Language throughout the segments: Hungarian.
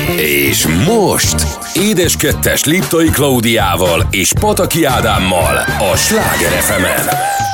És most Édes Kettes Liptai Klaudiával és Pataki Ádámmal a Sláger FM-en.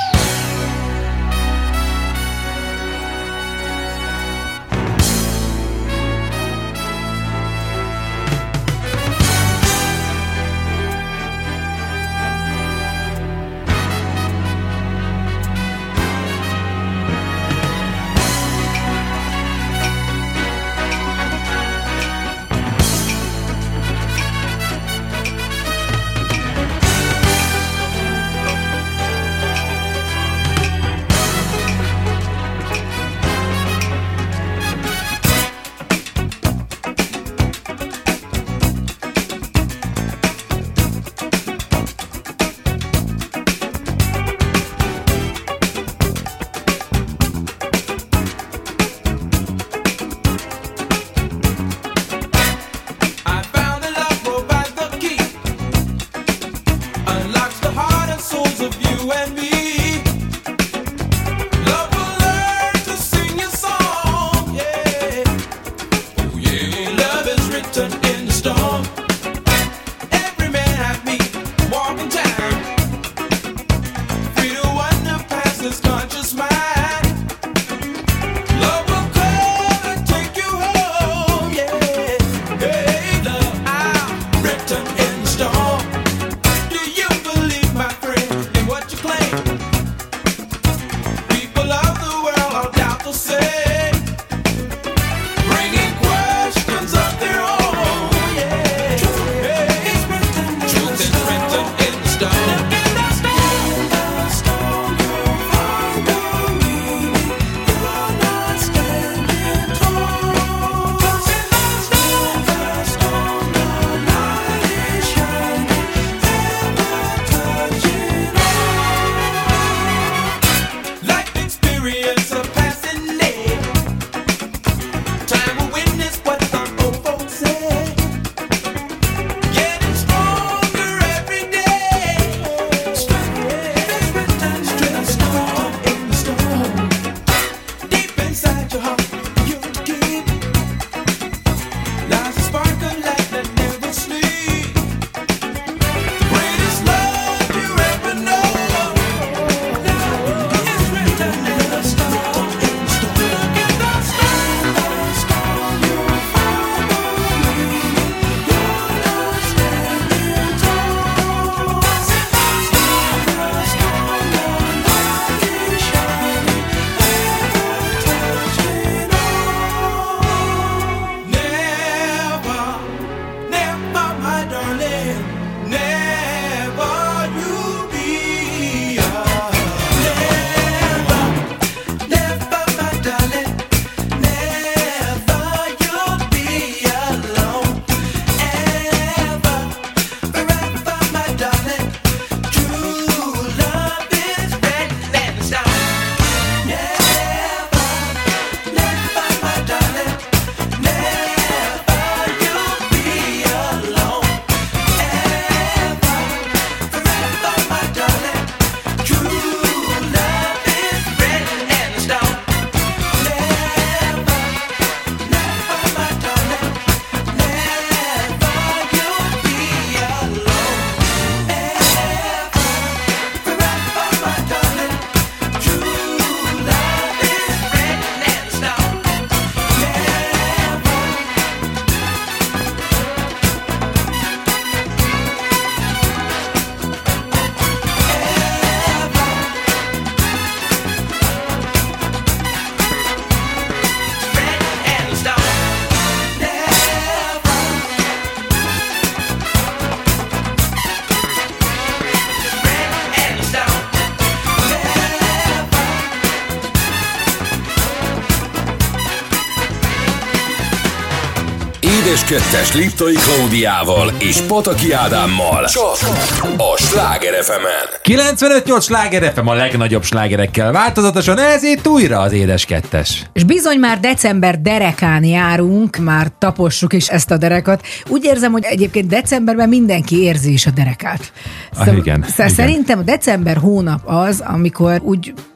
Édes Kettes Liptai Klaudiával és Pataki Ádámmal csak a Sláger FM-en. 95.8 Sláger FM a legnagyobb slágerekkel változatosan, ez itt újra az Édes Kettes. És bizony már december derekán járunk, már tapossuk is ezt a derekat. Úgy érzem, hogy egyébként decemberben mindenki érzi is a derekát. Igen. Szerintem a december hónap az, amikor úgy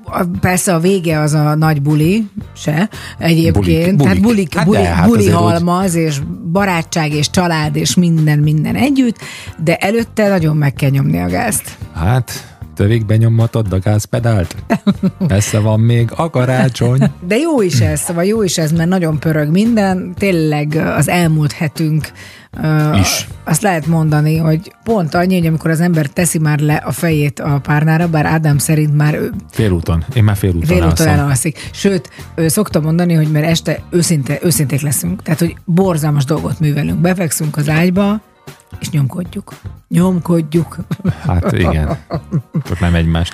persze a vége az a nagy buli se egyébként. Tehát buli halmaz, és barátság, és család, és minden együtt, de előtte nagyon meg kell nyomni a gázt. Hát... Tövig benyomhatod a gázpedált? Messze van még a karácsony. De jó is ez, szóval jó is ez, mert nagyon pörög minden. Tényleg az elmúlt hetünk is. Azt lehet mondani, hogy pont annyi, hogy amikor az ember teszi már le a fejét a párnára, bár Ádám szerint már félúton. Én már félúton elalszik. Sőt, szoktam mondani, hogy mert este őszinték leszünk. Tehát, hogy borzalmas dolgot művelünk. Befekszünk az ágyba, és nyomkodjuk. Hát igen. Csak nem egymást.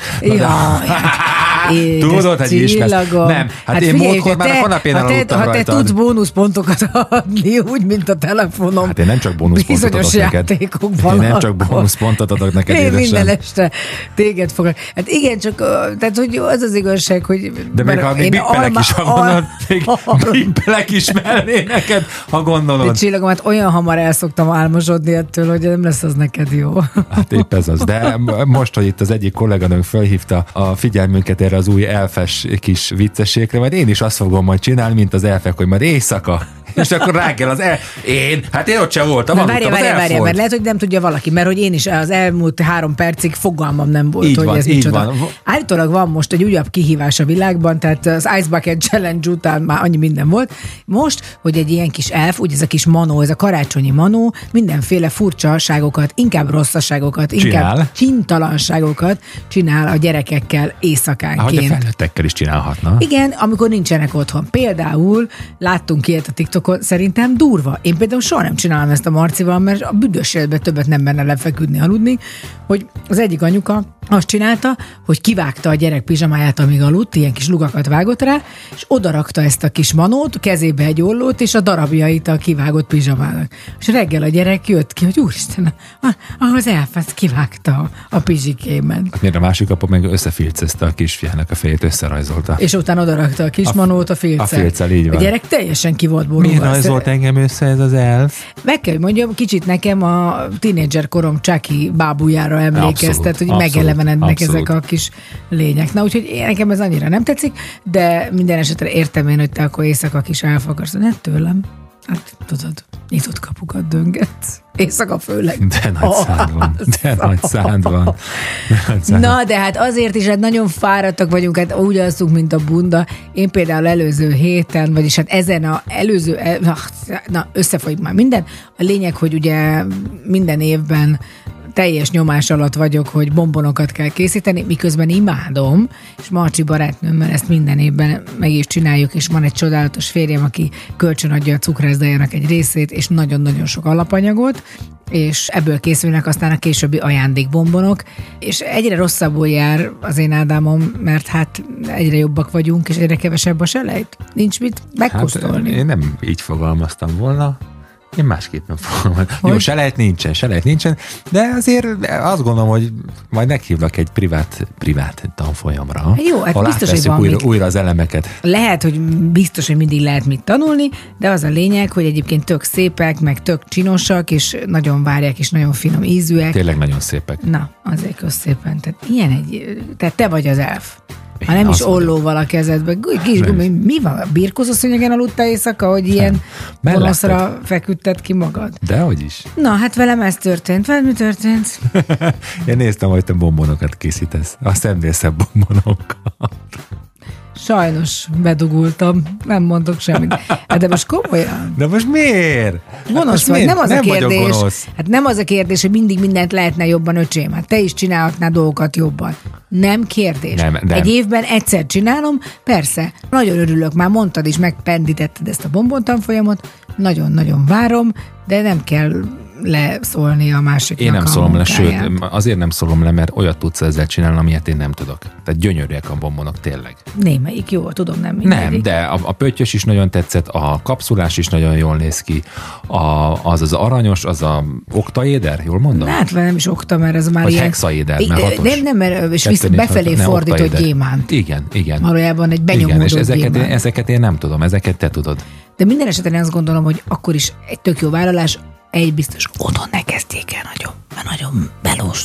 Tudod, hogy ismersz. Nem, hát én múltkor már a kanapén aludtam rajta. Ha te tudsz bónuszpontokat adni, úgy, mint a telefonom. Hát én nem csak bónuszpontot adok neked. Én nem csak bónuszpontot adok neked, én minden este téged foglak. Hát igen, csak tehát, hogy az az igazság, hogy... De még ha még bippelek is, ha gondolod, még bippelek is mellé neked, ha gondolod. De Csillagom, hát olyan hamar el szoktam álmosodni ettől, hogy nem lesz az neked jó. Hát épp ez az. De most, hogy itt az egyik kolléganőnk felhívta a figyelmünket erre az új elfes kis viccességre, majd én is azt fogom majd csinálni, mint az elfek, hogy majd éjszaka. És akkor rá kell az én ott sem voltam, aludtam, várjál, mert lehet, hogy nem tudja valaki, mert hogy én is az elmúlt 3 percig fogalmam nem volt, így hogy van, ez micsoda. Van. Állítólag van most egy újabb kihívás a világban, tehát az Ice Bucket Challenge után már annyi minden volt. Most, hogy egy ilyen kis elf, úgy ez a kis manó, ez a karácsonyi manó, mindenféle furcsaságokat, inkább rosszaságokat, inkább csintalanságokat csinál a gyerekekkel éjszakánként. Ahogy a felnőttekkel is csinálhatna. Igen, amikor nincsenek otthon. Például láttunk ilyet a TikTokon, szerintem durva. Én például soha nem csinálom ezt a Marcival, mert a büdös életben többet nem menne lefeküdni, aludni, hogy az egyik anyuka azt csinálta, hogy kivágta a gyerek pizsamáját, amíg aludt, ilyen kis lugakat vágott rá, és odarakta ezt a kis manót, kezébe egy ollót, és a darabjait a kivágott pizsamának. És reggel a gyerek jött ki, hogy úristen, az elfesz kivágta a pizsikémet. Miért a másik apa meg összefilcezte a kisfiának a fejét, összerajzolta. És utána odarakta a kis manót a filccel. A filccel, így van. A gyerek teljesen ki volt borulva. Miért rajzolt engem össze ez az elf? Meg kell, hogy mondjam, kicsit nekem a tínédzser korom Chucky bábújára emlékeztet, hogy megelevenednek ezek a kis lények. Na, úgyhogy nekem ez annyira nem tetszik, de minden esetre értem én, hogy te akkor éjszaka kis elf akarsz. Ne tőlem. Hát tudod, nyitott kapukat döngetsz. Éjszaka főleg. De nagy szád van. De nagy szád van. Na, de hát azért is, hát nagyon fáradtak vagyunk, hát úgy alszunk, mint a bunda. Én például előző héten, vagyis hát ezen a összefolyik már minden. A lényeg, hogy ugye minden évben teljes nyomás alatt vagyok, hogy bombonokat kell készíteni, miközben imádom, és Marcsi barátnőmmel ezt minden évben meg is csináljuk, és van egy csodálatos férjem, aki kölcsönadja a cukrászdájának egy részét, és nagyon-nagyon sok alapanyagot, és ebből készülnek aztán a későbbi ajándékbombonok, és egyre rosszabbul jár az én Ádámom, mert hát egyre jobbak vagyunk, és egyre kevesebb a selejt. Nincs mit megkóstolni. Hát, én nem így fogalmaztam volna. Én másképpen fogom. Jó, selejt nincsen, de azért azt gondolom, hogy majd meghívlak egy privát tanfolyamra. Jó, hát biztos, hogy van újra az elemeket. Lehet, hogy biztos, hogy mindig lehet mit tanulni, de az a lényeg, hogy egyébként tök szépek, meg tök csinosak, és nagyon várják, és nagyon finom ízűek. Tényleg nagyon szépek. Na, azért kösz szépen. Tehát te vagy az elf. Ha nem is ollóval a kezedbe. Mi van? Birkózó szőnyegen aludtál éjszaka, hogy ilyen gonoszra feküdted ki magad? Dehogy is. Na, hát velem ez történt. Velem mi történt? Én néztem, hogy te bombonokat készítesz. Azt emlékszem bombonokat. Sajnos bedugultam, nem mondok semmit. De most komolyan. De most miért? Gonosz vagy, nem az a kérdés. Hát nem az a kérdés, hogy mindig mindent lehetne jobban, öcsém. Hát te is csinálhatnál dolgokat jobban. Nem kérdés. Nem. Egy évben egyszer csinálom, persze. Nagyon örülök, már mondtad is, megpendítetted ezt a bombontanfolyamot. Nagyon-nagyon várom, de nem kell leszólni a másiknak. Én nem szólom le, sőt, azért nem szólom le, mert olyat tudsz ezzel csinálni, amilyet én nem tudok. Tehát gyönyörűek a bombonok, tényleg. Némelyik jó, tudom, nem mindegyik. Nem, de a pöttyös is nagyon tetszett, a kapszulás is nagyon jól néz ki, az aranyos, az a oktaéder, jól mondom? Hát nem is okta, mert ez már vagy ilyen... hexaéder, mert hatos. Nem, és befelé fordított gyémánt. Igen. Valójában egy benyomódott gyémánt. És ezeket én nem tudom, ezeket te tudod. De minden esetben én azt gondolom, hogy akkor is egy tök jó vállalás, egy biztos, otthon ne kezdjék el nagyon, mert nagyon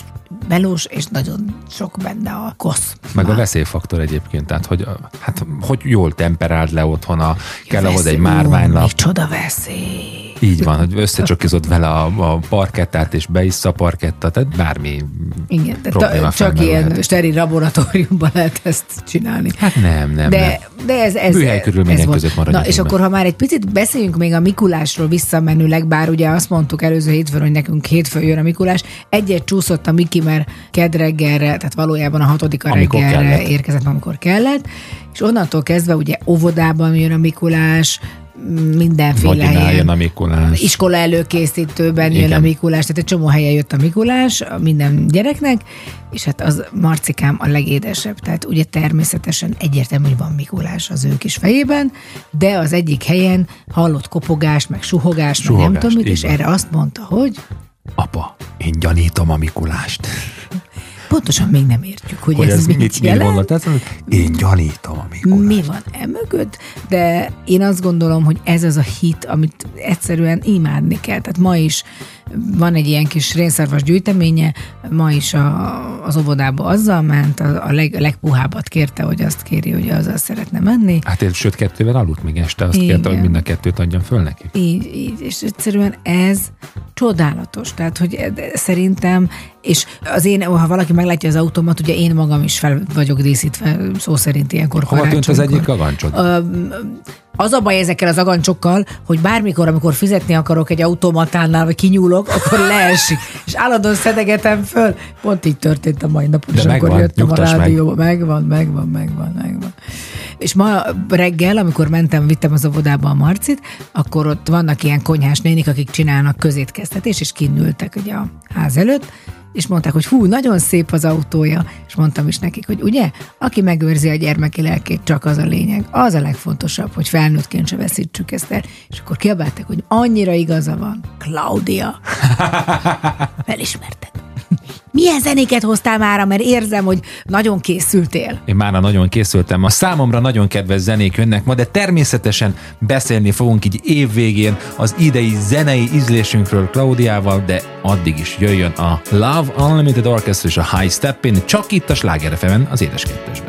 melós, és nagyon sok benne a kosz. Meg a veszélyfaktor egyébként, tehát hogy jól temperáld le otthon, kell ahhoz egy márványlap. Micsoda veszély. Így van, hogy összecsokizod vele a parkettát, és beissza a parkettát, tehát bármi probléma csak ilyen steril laboratóriumban lehet ezt csinálni. Hát nem. De ez bűhely körülmények között maradjunk. Na, és akkor, ha már egy picit beszéljünk még a Mikulásról visszamenőleg, bár ugye azt mondtuk előző hétfőn, hogy nekünk hétfőn jön a Mikulás, egyet csúszott a Miki, mert kedd reggelre, tehát valójában a 6. reggelre érkezett, amikor kellett, és onnantól kezdve ugye óvodában jön a Mikulás, mindenféle helyen. A Mikulás. Iskola előkészítőben jön a Mikulás, tehát egy csomó helyen jött a Mikulás minden gyereknek, és hát az Marcikám a legédesebb. Tehát ugye természetesen egyértelmű, hogy van Mikulás az ő kis fejében, de az egyik helyen hallott kopogást, meg suhogást, meg nem tudom mit, és erre azt mondta, hogy apa, én gyanítom a Mikulást. Pontosan még nem értjük, hogy ez mit jelent. Én gyanítom a Mikulást. Mi van mögött, de én azt gondolom, hogy ez az a hit, amit egyszerűen imádni kell. Tehát ma is van egy ilyen kis rénszarvas gyűjteménye, ma is az óvodába azzal ment, a legpuhábbat kérte, hogy azt kéri, hogy azzal szeretne menni. Hát sőt, 2-vel aludt még este, azt kérte, hogy mind a 2 adjam föl neki. Így, és egyszerűen ez csodálatos. Tehát, hogy szerintem, és ha valaki meglátja az autómat, ugye én magam is fel vagyok díszítve, szó szerint ilyenkor karácsonykor. Hova tűnt az egyik agancsod? Az a baj ezekkel az agancsokkal, hogy bármikor, amikor fizetni akarok egy automatánál, vagy kinyúlok, akkor leesik. És állandóan szedegetem föl. Pont így történt a mai napon, és amikor jöttem a rádióba. Megvan. És ma reggel, amikor vittem az óvodába a Marcit, akkor ott vannak ilyen konyhás nénik, akik csinálnak közétkeztetést, és kinültek ugye a ház előtt, és mondták, hogy hú, nagyon szép az autója, és mondtam is nekik, hogy ugye, aki megőrzi a gyermeki lelkét, csak az a lényeg. Az a legfontosabb, hogy felnőttként se veszítsük ezt el. És akkor kiabáltak, hogy annyira igaza van. Claudia. Felismerted. Milyen zenéket hoztál mára, mert érzem, hogy nagyon készültél. Én mára nagyon készültem. A számomra nagyon kedves zenék jönnek ma, de természetesen beszélni fogunk így évvégén az idei zenei ízlésünkről Claudiával, de addig is jöjjön a Love Unlimited Orchestra és a High Steppin', csak itt a Sláger FM-en, az Édes Kettesben.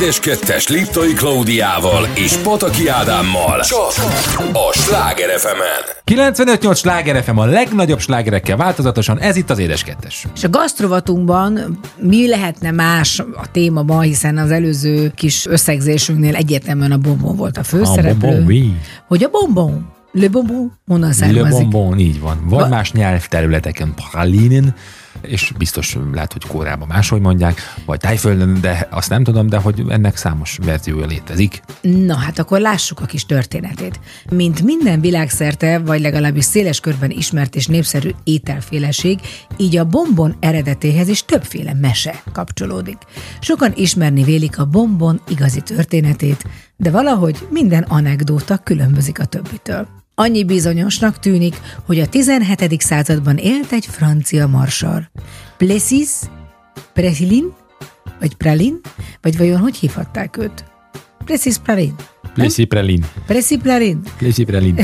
Édes-kettes Liptai Klaudiával és Pataki Ádámmal. Csak a Sláger FM-en. 95.8 Sláger FM, a legnagyobb slágerekkel változatosan, ez itt az Édes-kettes. És a gasztrovatunkban mi lehetne más a téma ma, hiszen az előző kis összegzésünknél egyértelműen a bonbon volt a főszereplő. Bonbon, oui. Hogy a bonbon, le bonbon, honnan származik? Le bonbon, így van. Vagy más nyelvterületeken pralinen, és biztos lehet, hogy Kóreában máshogy mondják, vagy Tájföldön, de azt nem tudom, de hogy ennek számos verziója létezik. Na hát akkor lássuk a kis történetét. Mint minden világszerte, vagy legalábbis széles körben ismert és népszerű ételféleség, így a bonbon eredetéhez is többféle mese kapcsolódik. Sokan ismerni vélik a bonbon igazi történetét, de valahogy minden anekdóta különbözik a többitől. Annyi bizonyosnak tűnik, hogy a 17. században élt egy francia marsal. Plessis, Pralin, vagy Pralin, vagy vajon hogy hívhatták őt? Plessis Pralin. Plessis Pralin. Plessis Pralin. Plessis Pralin.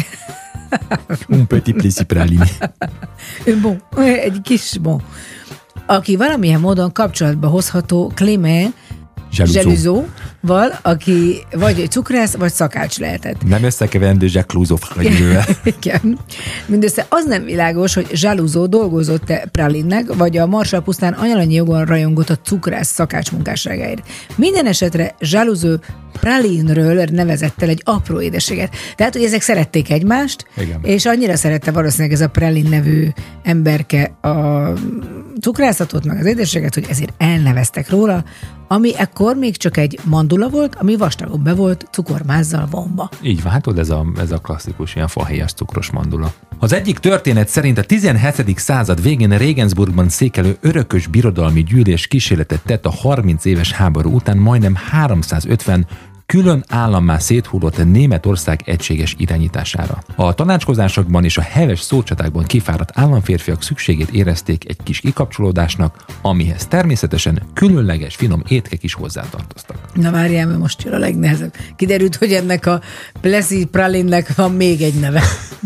Un petit Plessis Pralin. Bon, egy kis bon. Aki valamilyen módon kapcsolatba hozható Clément Jalouseau-val, aki vagy cukrász, vagy szakács lehetett. Nem összekeverendő Jacques Louzeau-val. Igen. Mindössze az nem világos, hogy Jalouseau dolgozott-e Pralinnek, vagy a marsal pusztán anyalanyi jogon rajongott a cukrász szakács munkásságáért. Minden esetre Jalouseau Pralinről nevezett el egy apró édességet. Tehát, hogy ezek szerették egymást, igen. És annyira szerette valószínűleg ez a Pralin nevű emberke a cukrászatot, meg az édességet, hogy ezért elneveztek róla, ami ekkor még csak egy mandula volt, ami vastagon be volt cukormázzal vonva. Így van, hát ez a klasszikus ilyen fahéjas cukros mandula. Az egyik történet szerint a 17. század végén Regensburgban székelő örökös birodalmi gyűlés kísérletet tett a 30 éves háború után majdnem 350 külön állammá széthullott Németország egységes irányítására. A tanácskozásokban és a heves szócsatákban kifáradt államférfiak szükségét érezték egy kis kikapcsolódásnak, amihez természetesen különleges finom étkek is hozzátartoztak. Na várjál, mert most jön a legnehezebb. Kiderült, hogy ennek a Plessis Pralinnek van még egy neve.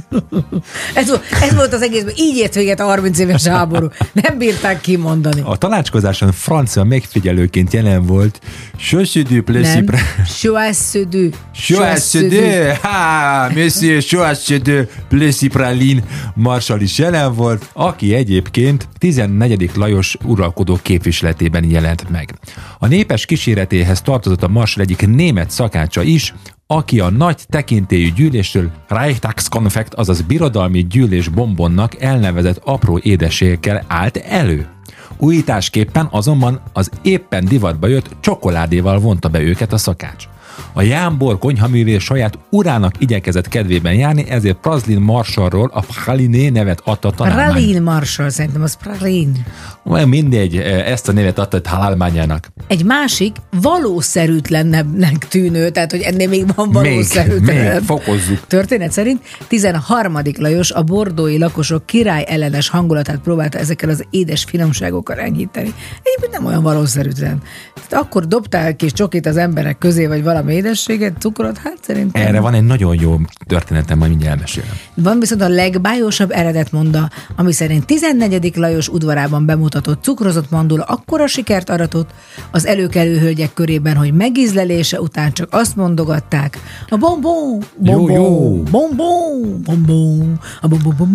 ez volt az egészben. Így ért véget a 30 éves háború. Nem bírták kimondani. A tanácskozáson francia megfigyelőként jelen volt Choisedu Plessis Praline. Monsieur Choisedu Plessis Praline marsal is jelen volt, aki egyébként 14. Lajos uralkodó képviseletében jelent meg. A népes kíséretéhez tartozott a marsal egyik német szakácsa is, aki a nagy tekintélyű gyűlésről Reichstagskonfekt, azaz birodalmi gyűlés bonbonnak elnevezett apró édességekkel állt elő. Újításképpen azonban az éppen divatba jött csokoládéval vonta be őket a szakács. A jámbor konyhaművész saját urának igyekezett kedvében járni, ezért Praslin Marshallról a Praliné nevet adta a találmány. Pralin Marshall, szerintem az Pralin. Mindegy, ezt a nevet adta a találmányának. Egy másik valószerűtlennebbnek tűnő, tehát hogy ennél még van valószerűtlen. Még fokozzuk. Történet szerint 13. Lajos a bordói lakosok király ellenes hangulatát próbálta ezekkel az édes finomságokkal enyhíteni. Egyébként nem olyan valószerűtlen. Tehát akkor dobtál kis csokit az emberek közé, vagy valami édességet, cukrot, hát szerintem. Erre van egy nagyon jó történetem, majd mindjárt elmesélem. Van viszont a legbájosabb eredetmonda, ami szerint 14. Lajos udvarában bemutatott cukrozott mandula akkora sikert aratott az előkelő hölgyek körében, hogy megízlelése után csak azt mondogatták: a bonbon, bonbon, bonbon, bonbon, a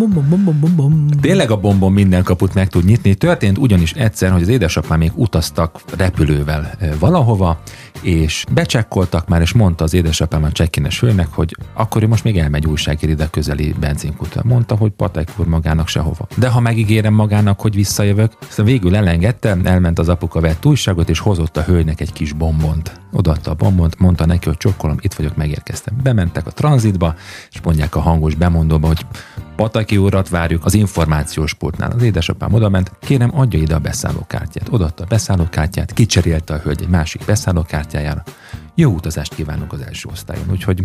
bonbon. Tényleg a bonbon minden kaput meg tud nyitni. Történt ugyanis egyszer, hogy az édesapám még utaztak repülővel valahova, és becsekkoltak már, és mondta az édesapám a csekkines hölgynek, hogy akkor ő most még elmegy újságért ide a közeli benzinkutra. Mondta, hogy Patek úr magának sehova. De ha megígérem magának, hogy visszajövök, szóval végül elengedte, elment az apuka, vett újságot, és hozott a hölgynek egy kis bombont. Odaadta a bombont, mondta neki, hogy csokkolom, itt vagyok, megérkeztem. Bementek a tranzitba, és mondják a hangos bemondóba, hogy Pataki urat várjuk az információs pultnál. Az édesapám odament, kérem, adja ide a beszállókártyát. Odaadta a beszállókártyát, kicserélte a hölgy egy másik beszállókártyájára. Jó utazást kívánok az első osztályon, úgyhogy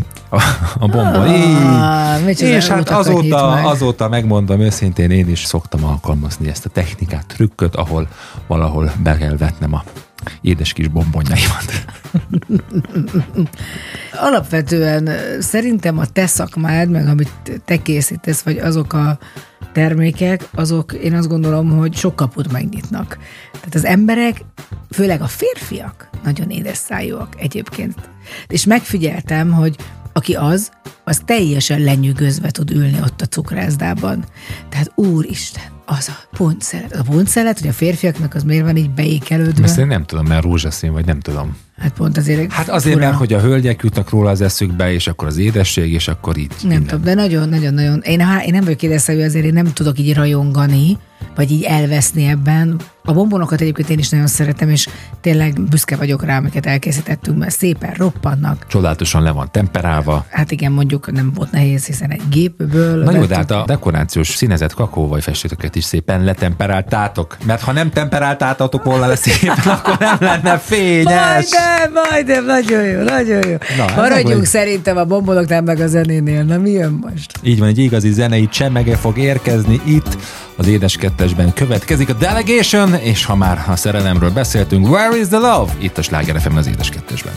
a bombon így. És hát azóta megmondom őszintén, én is szoktam alkalmazni ezt a technikát, trükköt, ahol valahol be kell vetnem a édes kis bombonjaimat. Alapvetően szerintem a te szakmád, meg amit te készítesz, vagy azok a termékek, azok én azt gondolom, hogy sok kaput megnyitnak. Tehát az emberek, főleg a férfiak, nagyon édes szájúak egyébként. És megfigyeltem, hogy aki az teljesen lenyűgözve tud ülni ott a cukrászdában. Tehát úristen, az a pontszeret. A pontszeret, hogy a férfiaknak az miért van így beékelődve? Ezt én nem tudom, mert rózsaszín, vagy nem tudom. Hát pont azért. Hát azért, mert hogy a hölgyek jutnak róla az eszükbe, és akkor az édesség, és akkor így. Nem tudom, de nagyon-nagyon. Én nem vagyok édesszájú, azért én nem tudok így rajongani, vagy így elveszni ebben. A bombonokat egyébként én is nagyon szeretem, és tényleg büszke vagyok rá, amiket elkészítettünk, mert szépen roppannak. Csodálatosan le van temperálva. Hát igen, mondjuk nem volt nehéz, hiszen egy gépből. Na jó, de hát a dekorációs színezett kakaóvaj festéteket is szépen letemperáltátok, mert ha nem temperáltátok volna le szépen, akkor nem lenne fényes. Majdnem, nagyon jó. Na, maradjunk szerintem a bombonoknál meg a zenénél. Na mi jön most? Így van, egy igazi zenei csemege fog érkezni itt. Az Édes Kettesben következik a Delegation, és ha már a szerelemről beszéltünk, Where is the Love? Itt a Sláger FM az Édes Kettesben.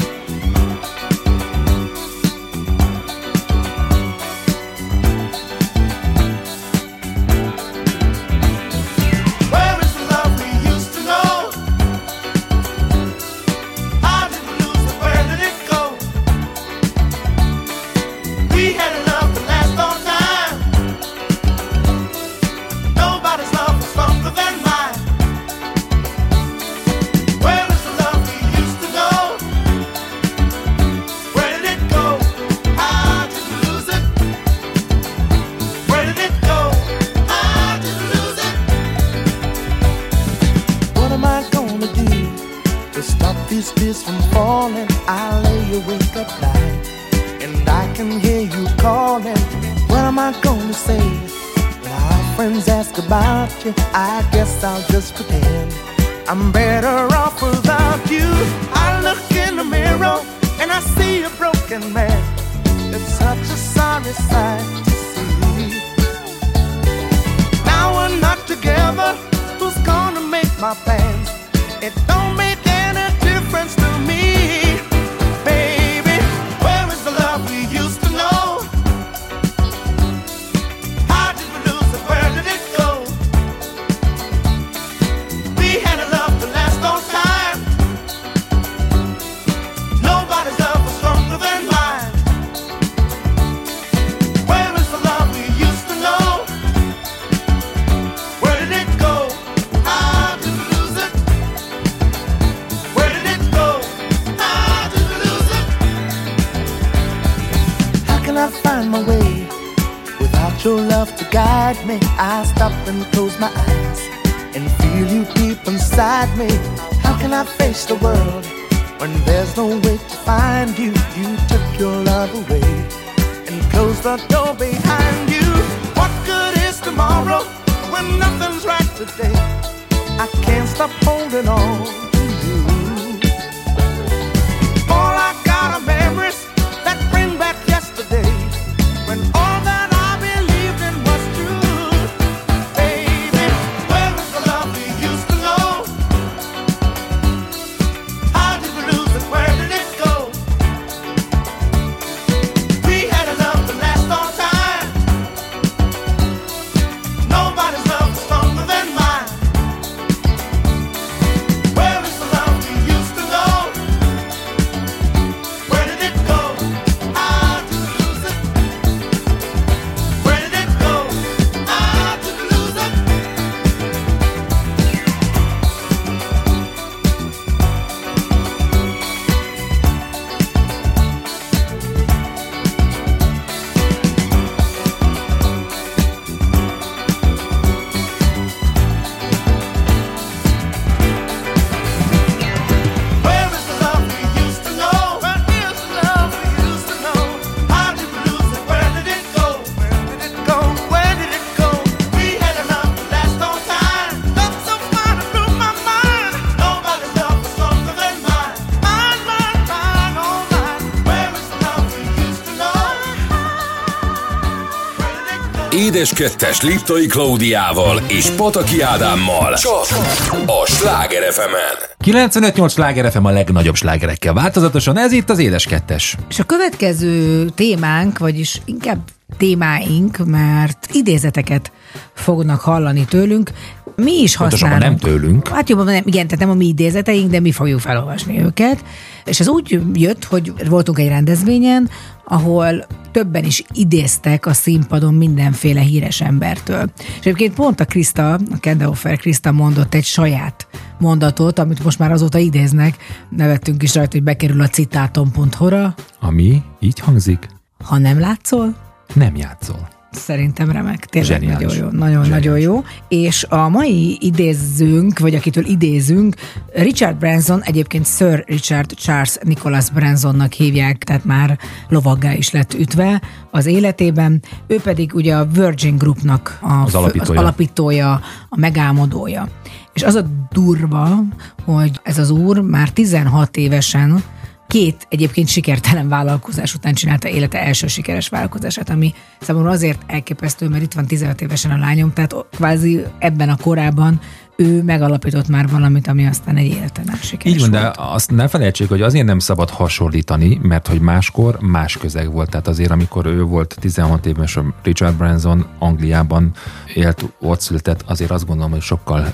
I guess I'll just pretend I'm better off without you. I look in the mirror and I see a broken man. It's such a sorry sight to see. Now we're not together. Who's gonna make my plans? It don't make any difference to me. Baby, where is the love we used to know? How did we lose it? Where did it go? Your love to guide me. I stop and close my eyes and feel you deep inside me. How can I face the world when there's no way to find you? You took your love away and closed the door behind you. What good is tomorrow when nothing's right today? I can't stop holding on to you. All I got are memories that bring back yesterday when all that Where is Édes Kettes Liptai Klaudiával és Pataki Ádámmal csak a Sláger FM-en. 95.8 Sláger FM a legnagyobb slágerekkel változatosan, ez itt az Édes Kettes. És a következő témánk, vagyis inkább témáink, mert idézeteket fognak hallani tőlünk. Mi is használunk. Nem tőlünk. Hát jobban nem, igen, tehát nem a mi idézeteink, de mi fogjuk felolvasni őket. És ez úgy jött, hogy voltunk egy rendezvényen, ahol többen is idéztek a színpadon mindenféle híres embertől. És egyébként pont a Krista, a Kendehofer Krista mondott egy saját mondatot, amit most már azóta idéznek. Nevettünk is rajta, hogy bekerül a citátom.hu-ra. Ami így hangzik. Ha nem látszol, nem játszol. Szerintem remek, tényleg zseniális. Nagyon jó, nagyon jó. És a mai idézőnk, vagy akitől idézünk, Richard Branson, egyébként Sir Richard Charles Nicholas Bransonnak hívják, tehát már lovaggá is lett ütve az életében. Ő pedig ugye a Virgin Groupnak az alapítója, a megálmodója. És az a durva, hogy ez az úr már 16 évesen 2 egyébként sikertelen vállalkozás után csinálta élete első sikeres vállalkozását, ami számomra azért elképesztő, mert itt van 15 évesen a lányom, tehát kvázi ebben a korában ő megalapított már valamit, ami aztán egy életen át sikeres így van, volt. de azt ne felejtsék, hogy azért nem szabad hasonlítani, mert hogy máskor más közeg volt. Tehát azért, amikor ő volt 16 éves, a Richard Branson Angliában élt, ott született, azért azt gondolom, hogy sokkal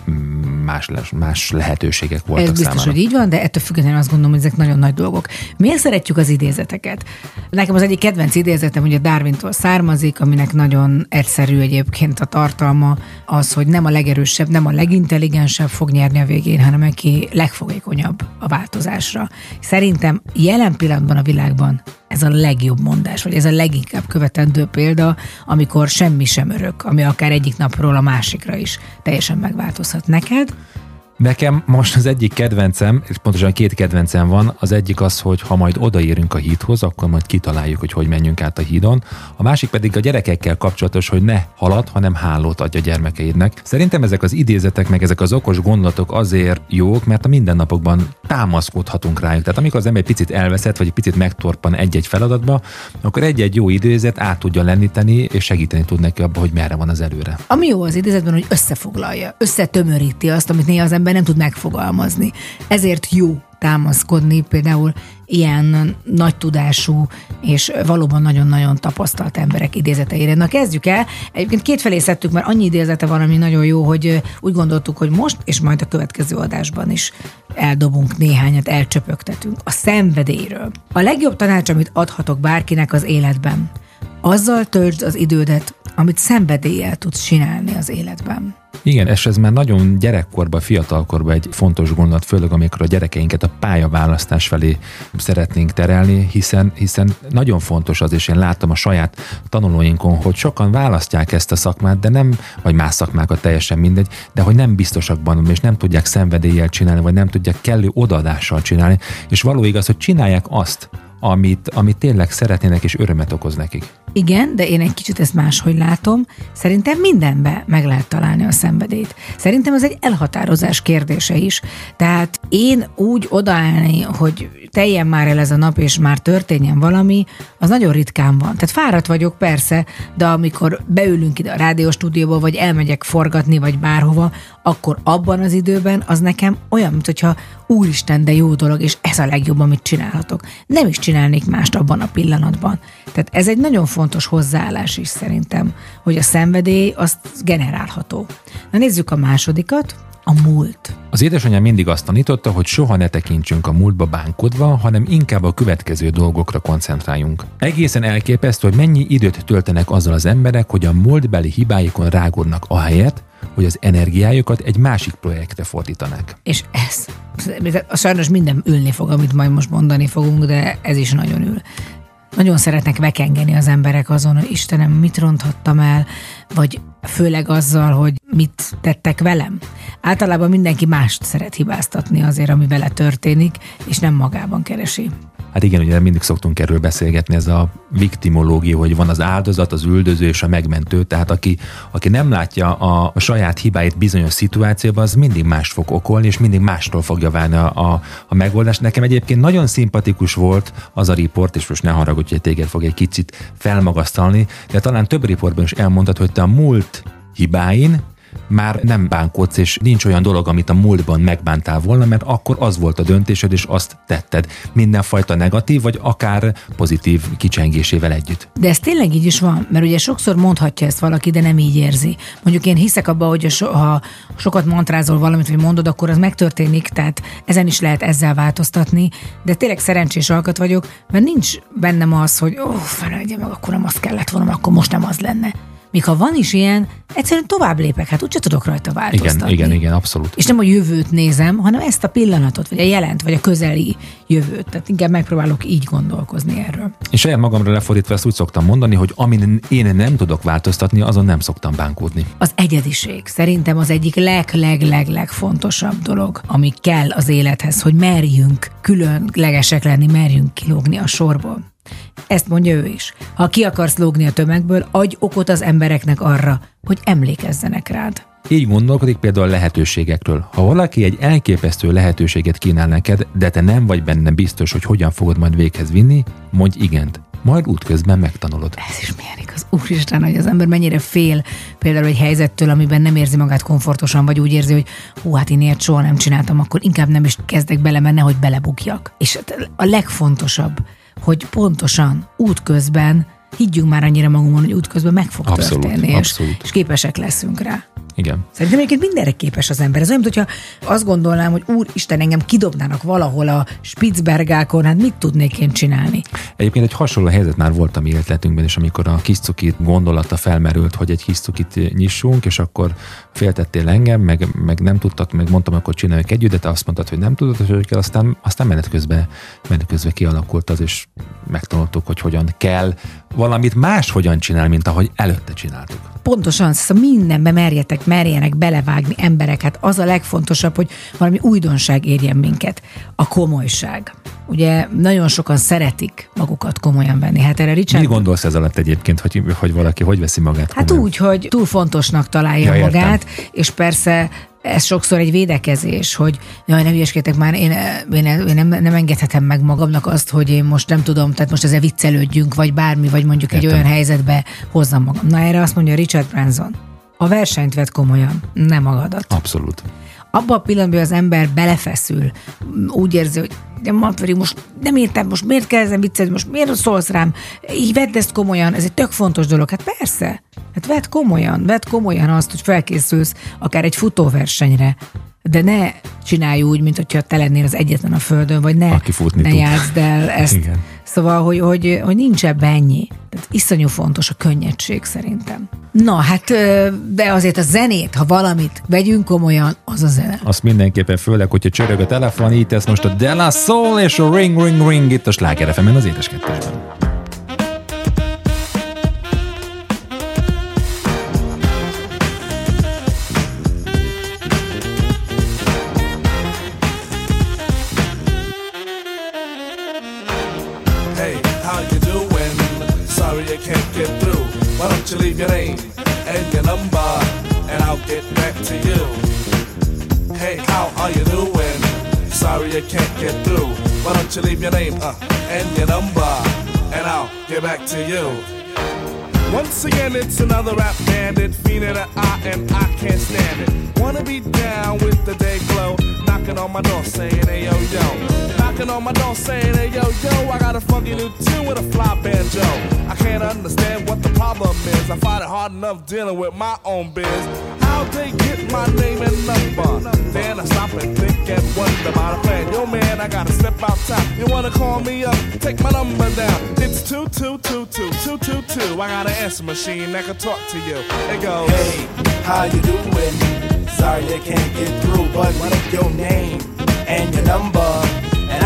más lehetőségek voltak ez biztos, számára. hogy így van, de ettől függetlenül azt gondolom, hogy ezek nagyon nagy dolgok. Miért szeretjük az idézeteket? Nekem az egyik kedvenc idézetem ugye Darwintól származik, aminek nagyon egyszerű egyébként a tartalma, az, hogy nem a legerősebb, nem a legintelligensebb fog nyerni a végén, hanem aki legfogékonyabb a változásra. Szerintem jelen pillanatban a világban ez a legjobb mondás, vagy ez a leginkább követendő példa, amikor semmi sem örök, ami akár egyik napról a másikra is teljesen megváltozhat. Neked? Nekem most az egyik kedvencem, és pontosan 2 kedvencem van, az egyik az, hogy ha majd odaérünk a hídhoz, akkor majd kitaláljuk, hogy menjünk át a hídon. A másik pedig a gyerekekkel kapcsolatos, hogy ne halat, hanem hálót adj a gyermekeidnek. Szerintem ezek az idézetek, meg ezek az okos gondolatok azért jók, mert a mindennapokban támaszkodhatunk rájuk. Tehát amikor az ember egy picit elveszett, vagy egy picit megtorpan egy-egy feladatba, akkor egy-egy jó idézet át tudja lendíteni, és segíteni tud neki abba, hogy merre van az előre. Ami jó az idézetben, hogy összefoglalja, összetömöríti azt, amit néha az ember nem tud megfogalmazni. Ezért jó támaszkodni például ilyen nagy tudású és valóban nagyon-nagyon tapasztalt emberek idézeteire. Na kezdjük el. Egyébként 2 felé szedtük, mert annyi idézete van, ami nagyon jó, hogy úgy gondoltuk, hogy most és majd a következő adásban is eldobunk néhányat, elcsöpögtetünk. A szenvedélyről. A legjobb tanács, amit adhatok bárkinek az életben, azzal töltsd az idődet, amit szenvedéllyel tudsz csinálni az életben. Igen, és ez már nagyon gyerekkorban, fiatalkorban egy fontos gondolat, főleg amikor a gyerekeinket a pályaválasztás felé szeretnénk terelni, hiszen nagyon fontos az, és én láttam a saját tanulóinkon, hogy sokan választják ezt a szakmát, de nem, vagy más szakmákat, teljesen mindegy, de hogy nem biztosak benne, és nem tudják szenvedéllyel csinálni, vagy nem tudják kellő odaadással csinálni, és való igaz, hogy csinálják azt, amit tényleg szeretnének, és örömet okoz nekik. Igen, de én egy kicsit ezt máshogy látom. Szerintem mindenbe meg lehet találni a szenvedélyt. Szerintem ez egy elhatározás kérdése is. Tehát én úgy odaállni, hogy teljen már el ez a nap, és már történjen valami, az nagyon ritkán van. Tehát fáradt vagyok, persze, de amikor beülünk ide a rádióstúdióba, vagy elmegyek forgatni, vagy bárhova, akkor abban az időben az nekem olyan, mintha úristen, de jó dolog, és ez a legjobb, amit csinálhatok. Nem is csinálnék mást abban a pillanatban. Tehát ez egy nagyon fontos hozzáállás is szerintem, hogy a szenvedély azt generálható. Na nézzük a másodikat, a múlt. Az édesanyám mindig azt tanította, hogy soha ne tekintsünk a múltba bánkodva, hanem inkább a következő dolgokra koncentráljunk. Egészen elképesztő, hogy mennyi időt töltenek azzal az emberek, hogy a múltbeli hibáikon rágódnak ahelyett, hogy az energiájukat egy másik projektre fordítanak. És ez, sajnos minden ülni fog, amit majd most mondani fogunk, de ez is nagyon ül. Nagyon szeretnek vekengeni az emberek azon, hogy Istenem, mit ronthattam el, vagy főleg azzal, hogy mit tettek velem. Általában mindenki mást szeret hibáztatni azért, ami vele történik, és nem magában keresi. Hát igen, ugye mindig szoktunk erről beszélgetni, ez a viktimológia, hogy van az áldozat, az üldöző és a megmentő, tehát aki nem látja a saját hibáit bizonyos szituációban, az mindig mást fog okolni, és mindig mástól fogja várni a megoldást. Nekem egyébként nagyon szimpatikus volt az a riport, és most ne haragudj, hogy téged fog egy kicsit felmagasztalni, de talán több riportban is elmondtad, hogy te a múlt hibáin már nem bánkodsz, és nincs olyan dolog, amit a múltban megbántál volna, mert akkor az volt a döntésed, és azt tetted. Mindenfajta negatív, vagy akár pozitív kicsengésével együtt. De ez tényleg így is van, mert ugye sokszor mondhatja ezt valaki, de nem így érzi. Mondjuk én hiszek abba, hogy ha sokat mantrázol valamit, vagy mondod, akkor az megtörténik, tehát ezen is lehet ezzel változtatni, de tényleg szerencsés alkat vagyok, mert nincs bennem az, hogy felejtje meg, akkor nem az kellett volna, akkor most nem az lenne. Míg ha van is ilyen, egyszerűen tovább lépek, hát úgyse tudok rajta változtatni. Igen, abszolút. És nem a jövőt nézem, hanem ezt a pillanatot, vagy a jelent, vagy a közeli jövőt. Tehát inkább megpróbálok így gondolkozni erről. És saját magamra lefordítva ezt úgy szoktam mondani, hogy amin én nem tudok változtatni, azon nem szoktam bánkódni. Az egyediség szerintem az egyik legfontosabb dolog, ami kell az élethez, hogy merjünk különlegesek lenni, merjünk kilógni a sorból. Ezt mondja ő is. Ha ki akarsz lógni a tömegből, adj okot az embereknek arra, hogy emlékezzenek rád. Így gondolkodik például a lehetőségekről. Ha valaki egy elképesztő lehetőséget kínál neked, de te nem vagy benne biztos, hogy hogyan fogod majd véghez vinni, mondj igent. Majd útközben megtanulod. Ez is milyen igaz. Úristen, hogy az ember mennyire fél például egy helyzettől, amiben nem érzi magát komfortosan, vagy úgy érzi, hogy hát én ilyet soha nem csináltam, akkor inkább nem is kezdek belemenni, hogy belebukjak. És a legfontosabb, hogy pontosan útközben higgyünk már annyira magunkon, hogy útközben meg fog történni, és képesek leszünk rá. Igen. Szerintem egyébként mindenre képes az ember. Ez olyan, hogyha azt gondolnám, hogy úristen, engem kidobnának valahol a Spitzbergákon, hát mit tudnék én csinálni? Egyébként egy hasonló helyzet már volt a mi életünkben, és amikor a kis cukit gondolata felmerült, hogy egy kis cukit nyissunk, és akkor féltettél engem, meg nem tudtad, meg mondtam, akkor csináljuk együtt, de te azt mondtad, hogy nem tudod, hogy kell, aztán menet közben kialakult az, és megtanultuk, hogy hogyan kell valamit máshogyan csinálni, mint ahogy előtte csináltuk. Pontosan, szóval mindenbe merjenek belevágni embereket. Az a legfontosabb, hogy valami újdonság érjen minket. A komolyság. Ugye nagyon sokan szeretik magukat komolyan venni. Hát erre Richard... Mi gondolsz ez alatt egyébként, hogy valaki hogy veszi magát komolyan? Hát úgy, hogy túl fontosnak találja magát, és persze ez sokszor egy védekezés, hogy jaj, ne hülyeskedjetek már, én nem engedhetem meg magamnak azt, hogy én most nem tudom, tehát most ezzel viccelődjünk, vagy bármi, vagy mondjuk egy olyan helyzetbe hozzam magam. Na erre azt mondja Richard Branson, a versenyt vedd komolyan, nem magadat. Abszolút. Abban a pillanatban az ember belefeszül, úgy érzi, hogy de Manfredi, most nem értem, most miért kell ezen viccelni, most miért szólsz rám, így vedd ezt komolyan, ez egy tök fontos dolog. Hát persze, hát vedd komolyan azt, hogy felkészülsz akár egy futóversenyre, de ne csinálj úgy, mint hogyha te lennél az egyetlen a földön, vagy ne játszd el ezt. Igen. Szóval, hogy nincs ebben ennyi. Tehát iszonyú fontos a könnyedség szerintem. Na, hát, de azért a zenét, ha valamit vegyünk komolyan, az a zene. Azt mindenképpen, főleg, hogyha csörög a telefon, így tesz most a De La Soul és a Ring Ring Ring itt a Sláger FM-en az Édes Kettesben. Why don't you leave your name and your number, and I'll get back to you. Hey, how are you doing? Sorry I can't get through. Why don't you leave your name and your number, and I'll get back to you. Once again, it's another rap bandit, feeling an eye and I can't stand it. Wanna be down with the day glow, knocking on my door saying, hey, yo, yo. Knocking on my door saying, hey, yo, yo, I got a funky new tune with a fly banjo. I can't understand what the problem is. I find it hard enough dealing with my own biz. How'd they get my name and number? Then I stop and think and wonder about a plan. Yo, man, I gotta step outside. You wanna call me up? Take my number down. It's 2222222. I got an answer machine that can talk to you. It goes, hey, how you doing? Sorry I can't get through, but what is your name and your number? And I'll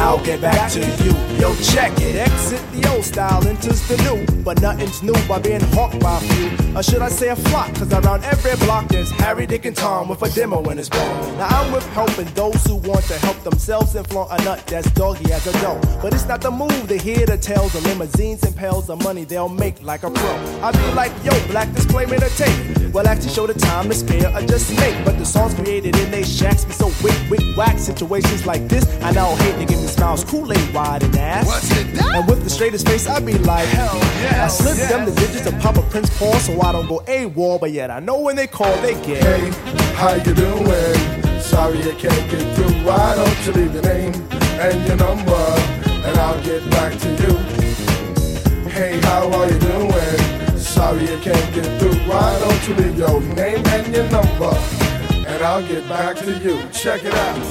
I'll get back to you. Yo, check it. Exit the old style, enters the new. But nothing's new by being hawked by a few. Or should I say a flock? Cause around every block there's Harry, Dick, and Tom with a demo in his ball. Now I'm with helping those who want to help themselves and flaunt a nut that's doggy as a dough. But it's not the move to hear the tales of limousines and pails of money they'll make like a pro. I be like, yo, black display made a tape. Well, actually show the time to spare or just make. But the songs created in they shacks be so wick, whack. Situations like this, I now hate to give me smiles, Kool-Aid wide and ass. What's it that? And with the straightest face, I be like, hell yeah. I slip them the digits of Papa Prince Paul so I don't go AWOL, but yet I know when they call, they get. Hey, how you doing? Sorry I can't get through. Why don't you leave your name and your number, and I'll get back to you. Hey, how are you doing? Sorry I can't get through. Why don't you leave your name and your number, and I'll get back to you. Check it out.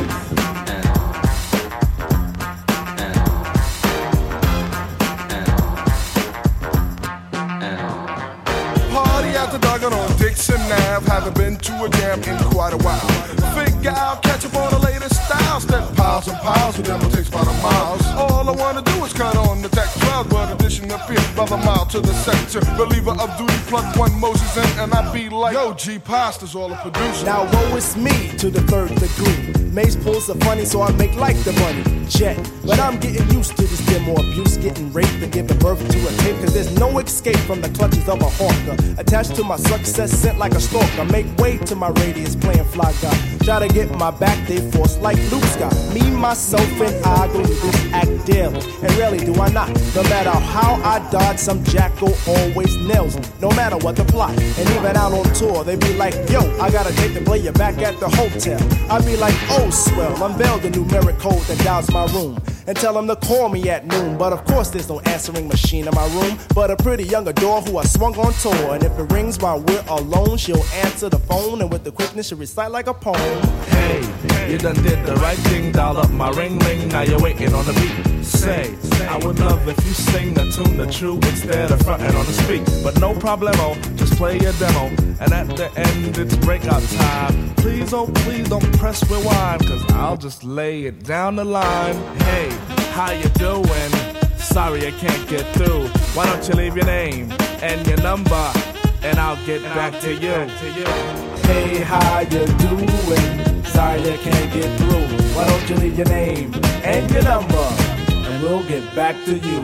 Party after dark on Dixon Ave. Haven't been to a jam in quite a while. Figure I'll catch up on the latest styles. That piles and piles of them will take about a mile. All I wanna do is cut on the Tech 12, but addition appear by the mile to the sector. Believer of duty, plug one Moses in, and I be like, yo, G Pasta's all a producer. Now woe is me to the third degree. Mace pulls the funny, so I make like the money. Jet, but I'm getting used to this demo abuse, getting raped and giving birth to a tape. Cause there's no escape from the clutches of a hawker. Attached to my success, sent like a stalker. Make way to my radius, playing fly guy. Try to get my back, they force like Luke Scott. Me, myself, and I go to this act daily. And rarely do I not. No matter how I dodge, some jackal always nails me. No matter what the plot. And even out on tour, they be like, yo, I got a date to play you back at the hotel. I be like, oh, swell, unveil the numeric code that dials my room. And tell them to call me at noon. But of course there's no answering machine in my room, but a pretty young adore who I swung on tour. And if it rings while we're alone, she'll answer the phone, and with the quickness she'll recite like a poem. Hey, you done did the right thing, dial up my ring ring, now you're waiting on the beat. Say, I would love if you sing the tune the true instead of fronting on the speak. But no problemo, just play your demo, and at the end it's breakout time. Please, oh please don't press rewind, cause I'll just lay it down the line. Hey, how you doing? Sorry I can't get through. Why don't you leave your name and your number, and I'll get back to you. Hey, how you doing? Sorry I can't get through. Why don't you leave your name and your number, and we'll get back to you.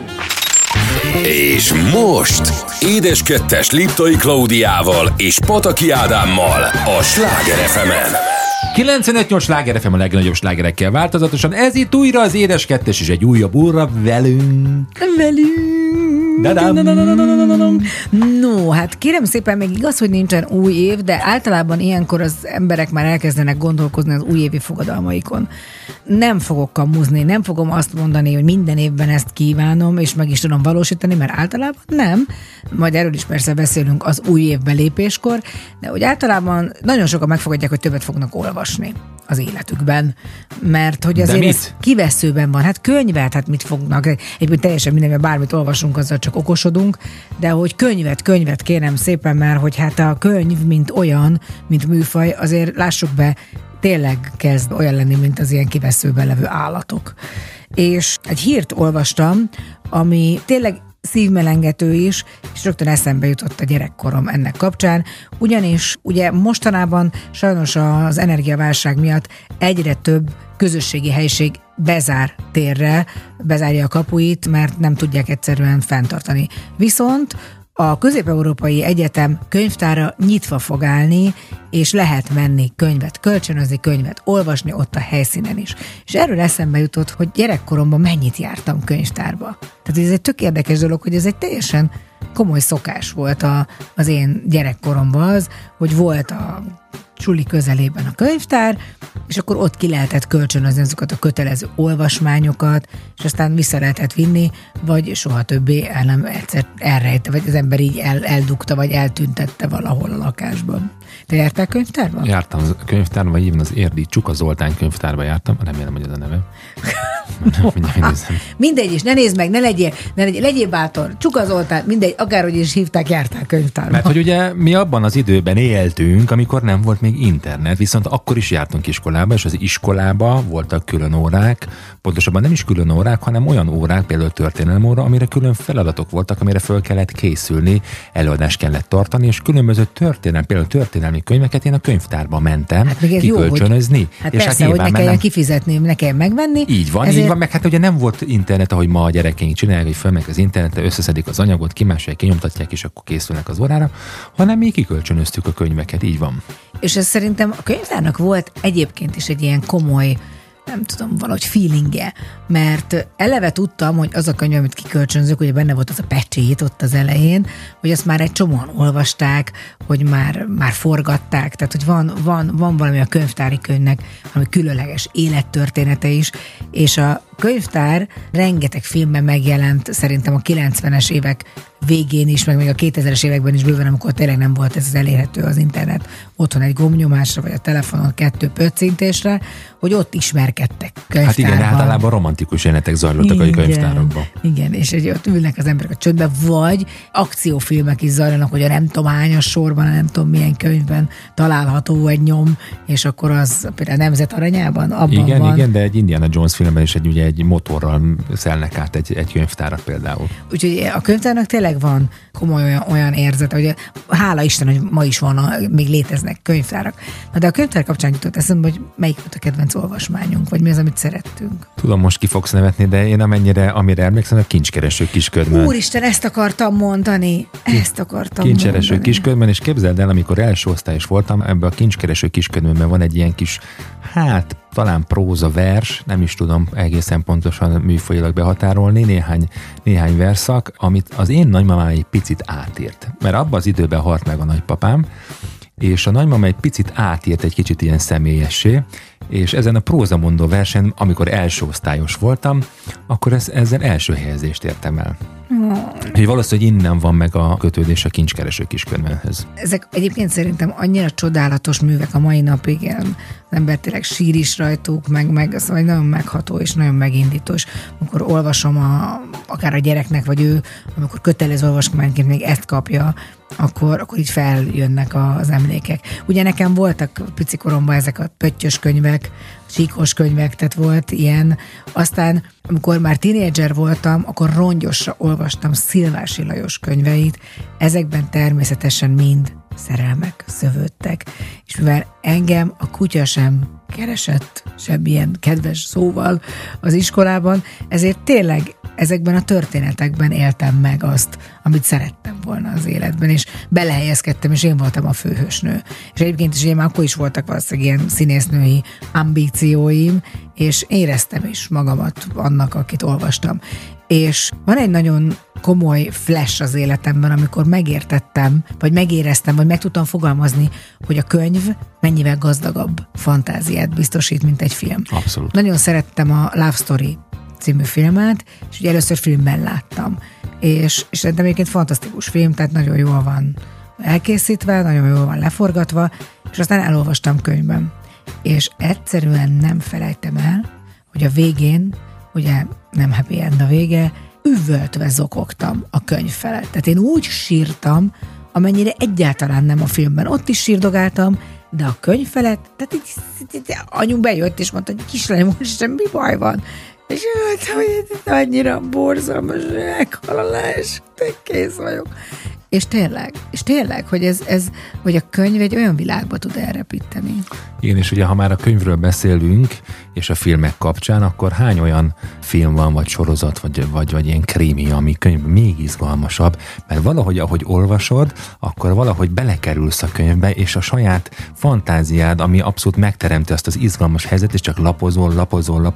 És most Édes Kettes Liptai Klaudiával és Pataki Ádámmal a Sláger FM-en. 95-8 Sláger FM a legnagyobb slágerekkel változatosan. Ez itt újra az Édes Kettes, és egy újabb óra velünk. No, hát kérem szépen, még igaz, hogy nincsen új év, de általában ilyenkor az emberek már elkezdenek gondolkozni az újévi fogadalmaikon. Nem fogok kamuzni, nem fogom azt mondani, hogy minden évben ezt kívánom, és meg is tudom valósítani, mert általában nem. Majd erről is persze beszélünk az új év belépéskor, de hogy általában nagyon sokan megfogadják, hogy többet fognak olvasni az életükben, mert hogy azért ez kiveszőben van. Hát könyvet, hát mit fognak? Egyébként teljesen mindenben bármit olvasunk, azzal csak okosodunk, de hogy könyvet kérem szépen, mert hogy hát a könyv, mint olyan, mint műfaj, azért lássuk be, tényleg kezd olyan lenni, mint az ilyen kiveszőben levő állatok. És egy hírt olvastam, ami tényleg szívmelengető is, és rögtön eszembe jutott a gyerekkorom ennek kapcsán, ugyanis ugye mostanában sajnos az energiaválság miatt egyre több közösségi helység bezár térre, bezárja a kapuit, mert nem tudják egyszerűen fenntartani. Viszont a Közép-Európai Egyetem könyvtára nyitva fog állni, és lehet menni könyvet kölcsönözni, könyvet olvasni ott a helyszínen is. És erről eszembe jutott, hogy gyerekkoromban mennyit jártam könyvtárba. Tehát ez egy tök érdekes dolog, hogy ez egy teljesen komoly szokás volt az én gyerekkoromban az, hogy volt a suli közelében a könyvtár, és akkor ott ki lehetett kölcsönözni azokat a kötelező olvasmányokat, és aztán vissza lehetett vinni, vagy soha többé el nem egyszer elrejte, vagy az ember így eldugta, vagy eltüntette valahol a lakásban. Te jártál könyvtárba? Jártam a könyvtárba, vagy even az érdi Csuka Zoltán könyvtárba jártam, remélem, hogy ez a neve. Mindegy is, ne nézd meg, ne legyél bátor, Csuka Zoltán, mindegy, akárhogy is hívták, jártál könyvtárba. Mert hogy ugye mi abban az időben éltünk, amikor nem volt még internet, viszont akkor is jártunk iskolába, és az iskolába voltak külön órák, pontosabban nem is külön órák, hanem olyan órák, például történelem-óra, amire külön feladatok voltak, amire föl kellett készülni, előadást kellett tartani, és különböző például történelmi könyveket én a könyvtárba mentem kikölcsönözni. Hát és persze, hogy ne kelljen kifizetni, ne kelljen megvenni. Így van, meg hát ugye nem volt internet, ahogy ma a gyerekeink csinálják, hogy fölmegy az internetre, összeszedik az anyagot, kimásolják, kinyomtatják, és akkor készülnek az órára, hanem mi kikölcsönöztük a könyveket, így van. És ez szerintem a könyvtárnak volt egyébként is egy ilyen komoly, nem tudom, valahogy feelingje, mert eleve tudtam, hogy az a könyv, amit kikölcsönzök, ugye benne volt az a pecsét ott az elején, hogy azt már egy csomóan olvasták, hogy már forgatták, tehát hogy van valami a könyvtári könyvnek, ami különleges élettörténete is, és a könyvtár rengeteg filmben megjelent, szerintem a 90-es évek végén is, meg még a 2000-es években is bőven, amikor tényleg nem volt ez elérhető az internet, otthon egy gombnyomásra, vagy a telefonon 2 pöccintésre, hogy ott ismerkedtek könyvtárban. Hát igen, általában romantikus jelenetek zajlottak a könyvtárakban. Igen, és hogy ott ülnek az emberek a csöndbe, vagy akciófilmek is zajlanak, hogy a nem tudom hányas sorban, a nem tudom milyen könyvben található egy nyom, és akkor az például a Nemzet Aranyában abban van. Igen, de egy Indiana Jones filmben is egy motorral szelnek át egy könyvtárat például. Úgyhogy a könyvtárnak tényleg van komoly olyan érzete, hogy hála Isten, hogy ma is még léteznek könyvtárak. Na de a könyvtár kapcsán jutott eszembe, hogy melyik volt a kedvenc olvasmányunk, vagy mi az, amit szerettünk. Tudom, most ki fogsz nevetni, de én amire emlékszem, a Kincskereső Kisködben. Úristen, ezt akartam mondani. Kincskereső Kisködben, és képzeld el, amikor első osztályos voltam, ebben a Kincskereső Kisködben van egy ilyen kis, talán próza vers, nem is tudom egészen pontosan műfajilag behatárolni, néhány verszak, amit az én nagymamám egy picit átírt. Mert abban az időben halt meg a nagypapám, és a nagymama egy picit átírt egy kicsit ilyen személyessé, és ezen a prózamondó versen, amikor első osztályos voltam, akkor ezzel első helyezést értem el. Hogy valószínűleg innen van meg a kötődés a Kincskereső Kisködbenhez. Ezek egyébként szerintem annyira csodálatos művek a mai napig, az ember tényleg sír is rajtuk, meg szóval nagyon megható és nagyon megindító, és amikor olvasom akár a gyereknek, vagy ő, amikor kötelező olvasmányként még ezt kapja, akkor így feljönnek az emlékek. Ugye nekem voltak pici koromban ezek a pöttyös könyvek, síkos könyvek, tehát volt ilyen. Aztán, amikor már tínédzser voltam, akkor rongyosra olvastam Szilvási Lajos könyveit. Ezekben természetesen mind szerelmek szövődtek. És mivel engem a kutya sem keresett semmilyen kedves szóval az iskolában, ezért tényleg ezekben a történetekben éltem meg azt, amit szerettem volna az életben, és belehelyezkedtem, és én voltam a főhősnő. És egyébként is én már akkor is voltak valószínűleg ilyen színésznői ambícióim, és éreztem is magamat annak, akit olvastam. És van egy nagyon komoly flash az életemben, amikor megértettem, vagy megéreztem, vagy meg tudtam fogalmazni, hogy a könyv mennyivel gazdagabb fantáziát biztosít, mint egy film. Abszolút. Nagyon szerettem a Love Story című filmet, és ugye először filmben láttam. És szerintem egyébként fantasztikus film, tehát nagyon jól van elkészítve, nagyon jól van leforgatva, és aztán elolvastam könyvben. És egyszerűen nem felejtem el, hogy a végén, ugye nem happy end a vége, üvöltve zokogtam a könyv felett. Tehát én úgy sírtam, amennyire egyáltalán nem a filmben. Ott is sírdogáltam, de a könyv felett, tehát így anyu bejött, és mondta, hogy kislányom, most mi baj van? És mondtam, hogy annyira borzalmas, meghalalás, kész vagyok. És tényleg, hogy hogy a könyv egy olyan világba tud elrepíteni. Igen, és ugye ha már a könyvről beszélünk, és a filmek kapcsán, akkor hány olyan film van, vagy sorozat, vagy ilyen krími, ami könyvben még izgalmasabb, mert valahogy, ahogy olvasod, akkor valahogy belekerülsz a könyvbe, és a saját fantáziád, ami abszolút megteremti azt az izgalmas helyzetet, és csak lapozol,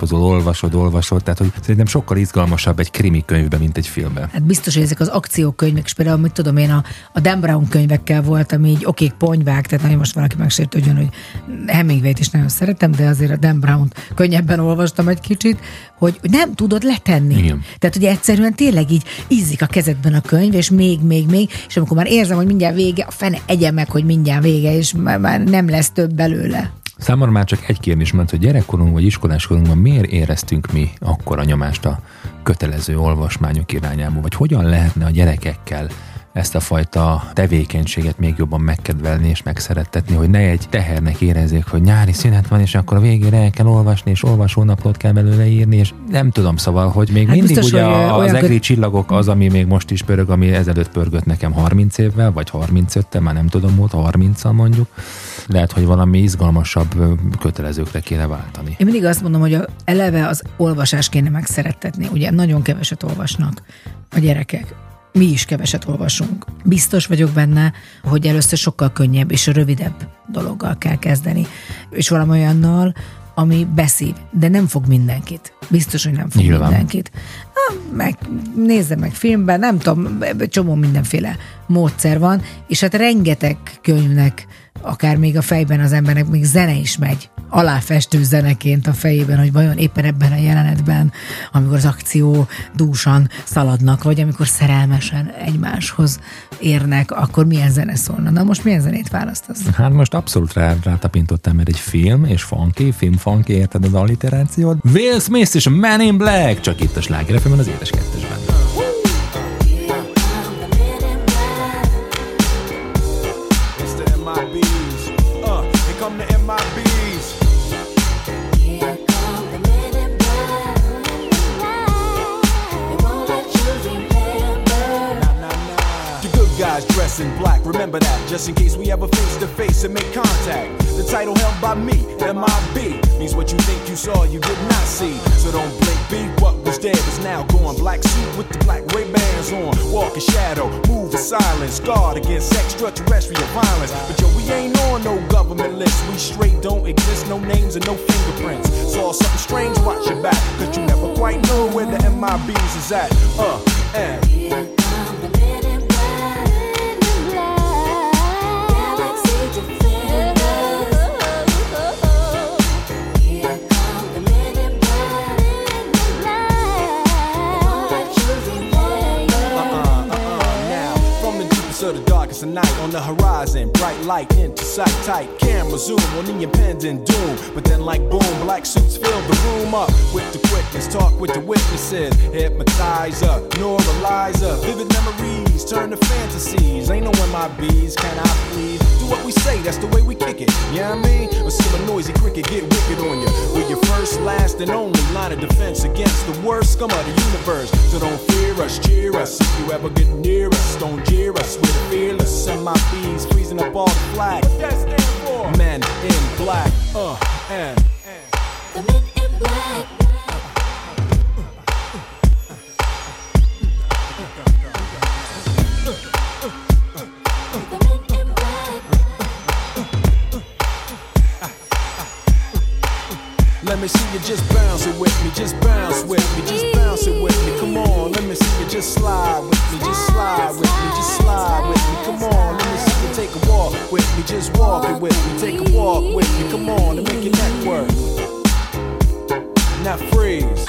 olvasod, tehát hogy szerintem sokkal izgalmasabb egy krimi könyvben, mint egy filmben. Hát biztos, hogy ezek az akciókönyvek, és például, mit tudom én, a Dan Brown könyvekkel voltam így okék ponyvák, tehát nagyon most valaki megsértődjön, hogy Hemingway-t is nagyon szeretem, de azért a Dan Brown-t könnyebben olvastam egy kicsit, hogy nem tudod letenni. Igen. Tehát ugye egyszerűen tényleg így ízik a kezedben a könyv, és még, és amikor már érzem, hogy mindjárt vége, a fene egye meg, hogy mindjárt vége, és már nem lesz több belőle. Számomra már csak egy kérdés ment, hogy gyerekkorunk vagy iskoláskorunkban miért éreztünk mi akkora nyomást a kötelező olvasmányok irányába, vagy hogyan lehetne a gyerekekkel ezt a fajta tevékenységet még jobban megkedvelni és megszerettetni, hogy ne egy tehernek érezzék, hogy nyári szünet van, és akkor a végére el kell olvasni, és olvasónaplót kell belőle írni, és nem tudom, szóval, hogy még mindig biztos, ugye az egri csillagok az, ami még most is pörög, ami ezelőtt pörgött nekem 30 évvel, vagy 35-tel, már nem tudom, volt 30-al mondjuk. Lehet, hogy valami izgalmasabb kötelezőkre kéne váltani. Én mindig azt mondom, hogy eleve az olvasás kéne megszerettetni. Ugye nagyon keveset olvasnak a gyerekek. Mi is keveset olvasunk. Biztos vagyok benne, hogy először sokkal könnyebb és rövidebb dologgal kell kezdeni. És valami olyannal, ami beszív, de nem fog mindenkit. Biztos, hogy nem fog mindenkit. Nézze meg filmben, nem tudom, csomó mindenféle módszer van, és hát rengeteg könyvnek, akár még a fejben az embernek még zene is megy, aláfestő zeneként a fejében, hogy vajon éppen ebben a jelenetben, amikor az akció dúsan szaladnak, vagy amikor szerelmesen egymáshoz érnek, akkor milyen zene szólna. Na most milyen zenét választasz? Hát most abszolút rátapintottam, mert egy film, és film funky, érted az alliterációt? Will Smith és a Man in Black, csak itt a Sláger FM-en az Édes Kettesben. Dressed in black, remember that, just in case we ever face to face and make contact. The title held by me, MIB, means what you think you saw, you did not see. So don't blink, be what was dead is now gone. Black suit with the black Ray-Bans on, walk in shadow, move in silence, guard against extraterrestrial violence. But yo, we ain't on no government list, we straight don't exist, no names and no fingerprints. Saw something strange, watch your back, cause you never quite know where the MIBs is at. And the night on the horizon, bright light into sight tight. Camera zoom on the impending doom, but then like boom, black suits fill the room up with the quickness. Talk with the witnesses, hypnotizer, neuralizer, vivid memories turn to fantasies. Ain't no MIBs, can I please? Do what we say, that's the way we kick it. You know what I mean? Or see a noisy cricket get wicked on you. We're your first, last, and only line of defense against the worst scum of the universe. So don't fear us, cheer us. If you ever get near us, don't jeer us. We're fearless. MIBs freezing up all the flag. What that stand for? Men in black. And the men in black. Let me see you just bounce it with me, just bounce with me, just bounce it with me. Come on, let me see you just slide with me, just slide with me, just slide with me. Come on, let me see you take a walk with me, just walk it with me, take a walk with me. Come on, and make your neck work. Now freeze.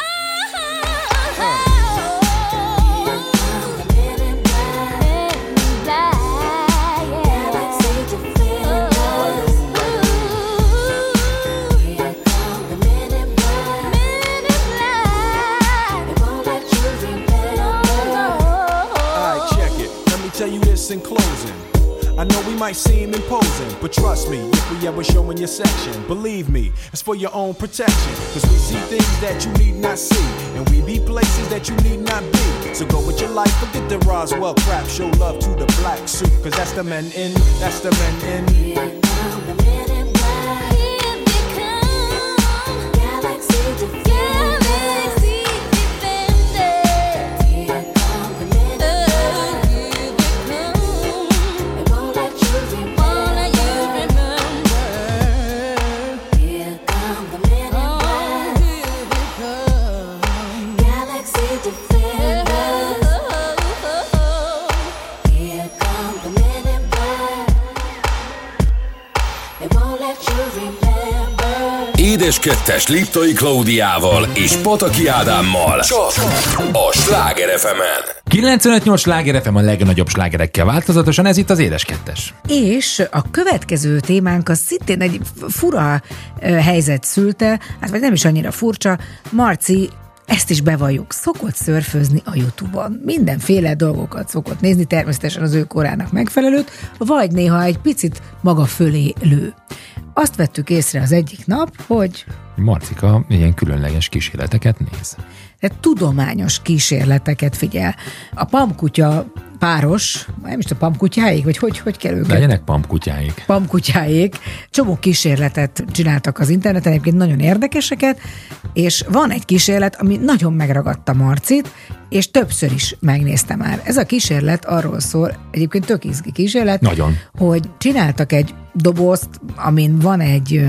In closing, I know we might seem imposing, but trust me, if we ever show in your section, believe me, it's for your own protection. Cause we see things that you need not see, and we be places that you need not be. So go with your life, forget the Roswell crap, show love to the black suit, cause that's the men in, that's the men in. Here come the men in black. Here they come. Galaxy defenders. Here come the men in black. They won't let you remember. Here come the men in black. Galaxy defenders. Here come the men in black. They won't let you remember. Édes Kettes Liptai Klaudiával és Pataki Ádámmal csak a Sláger FM-en. 95-8 Sláger FM a legnagyobb slágerekkel változatosan, ez itt az Édes Kettes. És a következő témánk az szintén egy fura helyzet szülte, hát vagy nem is annyira furcsa. Marci, ezt is bevalljuk, szokott szörfözni a YouTube-on. Mindenféle dolgokat szokott nézni, természetesen az ő korának megfelelőt, vagy néha egy picit maga fölé lő. Azt vettük észre az egyik nap, hogy Marcika ilyen különleges kísérleteket néz. tehát tudományos kísérleteket figyel. A pamkutya páros, nem is a pamkutyáik, vagy hogy kell őket? Legyenek pampkutyáik. Pamkutyáik, csomó kísérletet csináltak az interneten, egyébként nagyon érdekeseket, és van egy kísérlet, ami nagyon megragadta Marcit, és többször is megnézte már. Ez a kísérlet arról szól, egyébként tök izgi kísérlet, Nagyon. hogy csináltak egy dobozt, amin van egy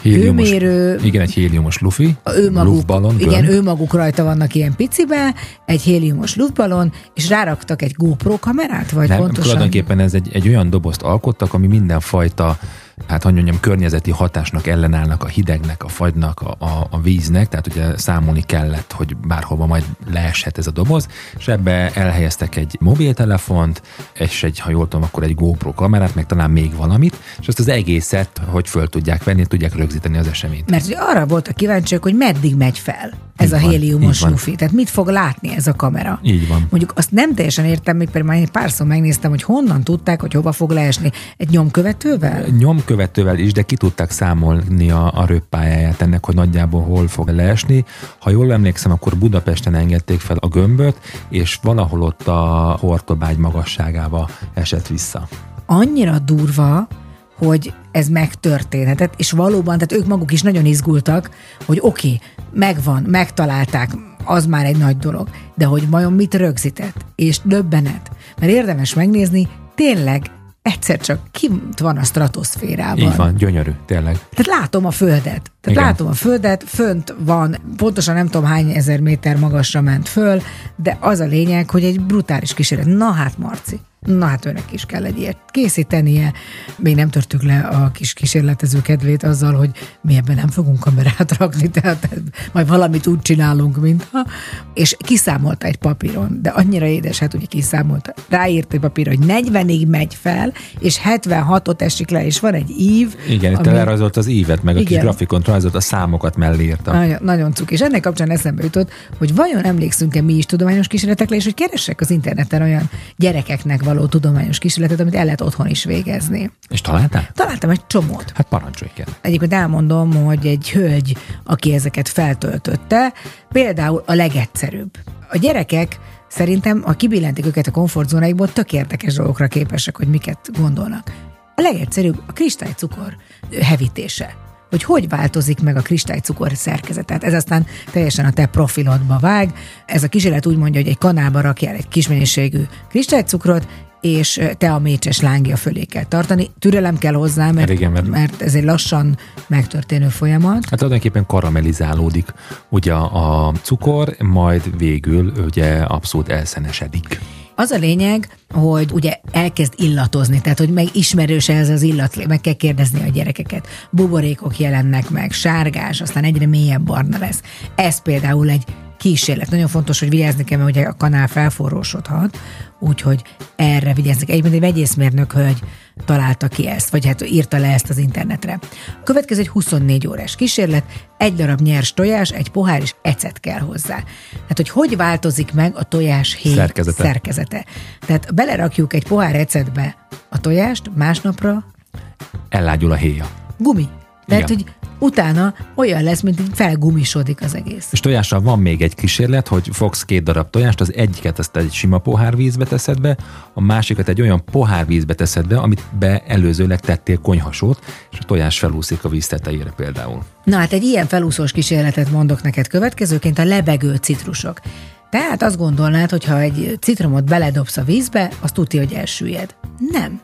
hőmérő, Igen, egy héliumos lufi, maguk, luftballon, igen, gömb. ő maguk rajta vannak ilyen picibe, egy héliumos luftballon, és ráraktak egy GoPro kamerát, vagy Nem, pontosan? tulajdonképpen ez egy olyan dobozt alkottak, ami mindenfajta, hát hogy mondjam, környezeti hatásnak ellenállnak, a hidegnek, a fagynak, a víznek, tehát ugye számolni kellett, hogy bárhova majd leeshet ez a doboz, és ebbe elhelyeztek egy mobiltelefont, és egy, ha jól tudom, akkor egy GoPro kamerát, meg talán még valamit, és azt az egészet, hogy föl tudják venni, tudják rögzíteni az eseményt. Mert ugye arra voltak kíváncsiak, hogy meddig megy fel ez Így a van, héliumos így van. lufi. Tehát mit fog látni ez a kamera? Így van. Mondjuk azt nem teljesen értem, még pedig már egy párszor megnéztem, hogy honnan tudták, hogy hova fog leesni. Egy nyomkövetővel? Nyomkövetővel is, de ki tudták számolni a röppályáját ennek, hogy nagyjából hol fog leesni. Ha jól emlékszem, akkor Budapesten engedték fel a gömböt, és valahol ott a Hortobágy magasságába esett vissza. Annyira durva, hogy ez megtörténhetett, és valóban, tehát ők maguk is nagyon izgultak, hogy oké, megvan, megtalálták, az már egy nagy dolog, de hogy vajon mit rögzített, és döbbenet. Mert érdemes megnézni, tényleg egyszer csak kint van a stratoszférában. Így van, gyönyörű, tényleg. Tehát látom a Földet. Tehát Igen. látom a Földet, fönt van, pontosan nem tudom hány ezer méter magasra ment föl, de az a lényeg, hogy egy brutális kísérlet. Na hát, Marci, na hát önnek is kell egy ilyet készítenie. Még nem törtük le a kis kísérletező kedvét azzal, hogy mi ebben nem fogunk kamerát rakni, tehát majd valamit úgy csinálunk, mintha. És kiszámolta egy papíron, de annyira édes, hát ugye kiszámolta. Ráírt egy papírra, hogy 40-ig megy fel, és 76-ot esik le, és van egy ív. Igen, itt elrajzolt az ívet, meg a kis Igen. grafikont rajzolt, a számokat mellé írta. Nagyon, nagyon cuk. És ennek kapcsán eszembe jutott, hogy vajon emlékszünk-e mi is tudományos kísérletekre, és hogy keressek az interneten olyan gyerekeknek való tudományos kísérletet, amit el lehet otthon is végezni. És találtál? Találtam egy csomót. Hát parancsolj kérlek. Egyébként elmondom, hogy egy hölgy, aki ezeket feltöltötte, például a legegyszerűbb. A gyerekek szerintem, ha kibillentik őket a komfortzónáikból, tök érdekes dolgokra képesek, hogy miket gondolnak. A legegyszerűbb a kristálycukor hevítése. Hogy változik meg a kristálycukor szerkezetet. Ez aztán teljesen a te profilodba vág. Ez a kísérlet úgy mondja, hogy egy kanálba rakjál egy kis mennyiségű kristálycukrot, és te a mécses lángja fölé kell tartani. Türelem kell hozzá, mert ez egy lassan megtörténő folyamat. Hát tulajdonképpen karamellizálódik ugye a cukor, majd végül ugye abszolút elszenesedik. Az a lényeg, hogy ugye elkezd illatozni, tehát hogy meg ismerős ez az illat, meg kell kérdezni a gyerekeket. Buborékok jelennek meg, sárgás, aztán egyre mélyebb barna lesz. Ez például egy kísérlet. Nagyon fontos, hogy vigyázni kell, mert ugye a kanál felforrósodhat, úgyhogy erre vigyázni kell. Egyébként egy vegyészmérnök hölgy találta ki ezt, vagy hát írta le ezt az internetre. A következő egy 24 órás kísérlet, egy darab nyers tojás, egy pohár és ecet kell hozzá. Hát, hogy változik meg a tojás héj szerkezete. Tehát belerakjuk egy pohár ecetbe a tojást, másnapra ellágyul a héja. Gumi. Tehát, hogy utána olyan lesz, mint hogy felgumisodik az egész. És tojással van még egy kísérlet, hogy fogsz 2 darab tojást, az egyiket azt egy sima pohárvízbe teszed be, a másikat egy olyan pohárvízbe teszed be, amit be előzőleg tettél konyhasót, és a tojás felúszik a víz tetejére például. Na hát egy ilyen felúszós kísérletet mondok neked következőként, a lebegő citrusok. Tehát azt gondolnád, hogy ha egy citromot beledobsz a vízbe, azt tudja, hogy elsüllyed. Nem.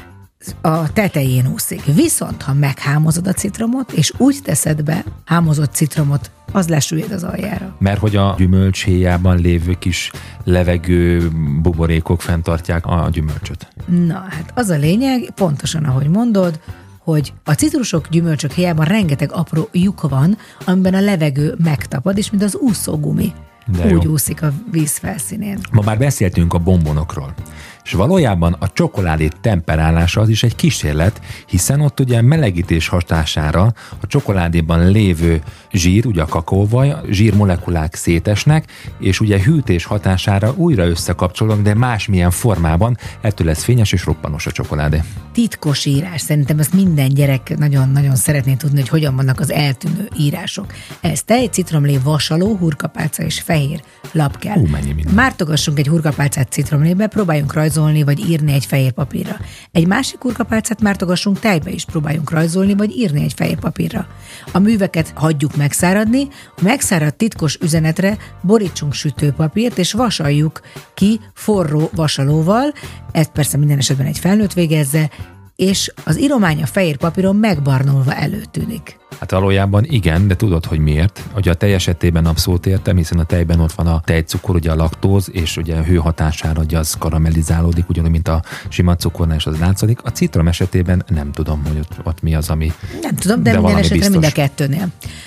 A tetején úszik. Viszont, ha meghámozod a citromot, és úgy teszed be hámozott citromot, az lesüllyed az aljára. Mert hogy a gyümölcs héjában lévő kis levegő buborékok fenntartják a gyümölcsöt. Na, hát az a lényeg, pontosan ahogy mondod, hogy a citrusok, gyümölcsök héjában rengeteg apró lyuk van, amiben a levegő megtapad, és mint az úszógumi. De úgy jó. úszik a víz felszínén. Ma már beszéltünk a bombonokról, és valójában a csokoládé temperálása az is egy kísérlet, hiszen ott ugye melegítés hatására a csokoládéban lévő zsír, ugye a kakaóvaj, zsírmolekulák szétesnek, és ugye hűtés hatására újra összekapcsolódnak, de másmilyen formában, ettől lesz fényes és roppanos a csokoládé. Titkos írás. Szerintem ezt minden gyerek nagyon-nagyon szeretné tudni, hogy hogyan vannak az eltűnő írások. Ez tej, citromlé, vasaló, hurkapálca és fehér lap kell. Mennyi minden. Mártogassunk egy hurkapálcát citromlébe, próbáljunk rajzolni vagy írni egy fehér papírra. Egy másik hurkapálcát mártogassunk tejbe is, próbáljunk rajzolni vagy írni egy fehér papírra. A műveket hagyjuk megszáradni, a megszáradt titkos üzenetre borítsunk sütőpapírt és vasaljuk ki forró vasalóval, ezt persze minden esetben egy felnőtt végezze, és az íromány a fehér papíron megbarnulva előtűnik. Hát valójában igen, de tudod, hogy miért? Ugye a tej esetében abszolút értem, hiszen a tejben ott van a tejcukor, ugye a laktóz, és ugye a hő hatására ugye az karamellizálódik, ugyanúgy, mint a sima cukornál, és az látszik. A citrom esetében nem tudom, hogy ott mi az, ami... Nem tudom, de minden valami esetre biztos. mind a kettőnél.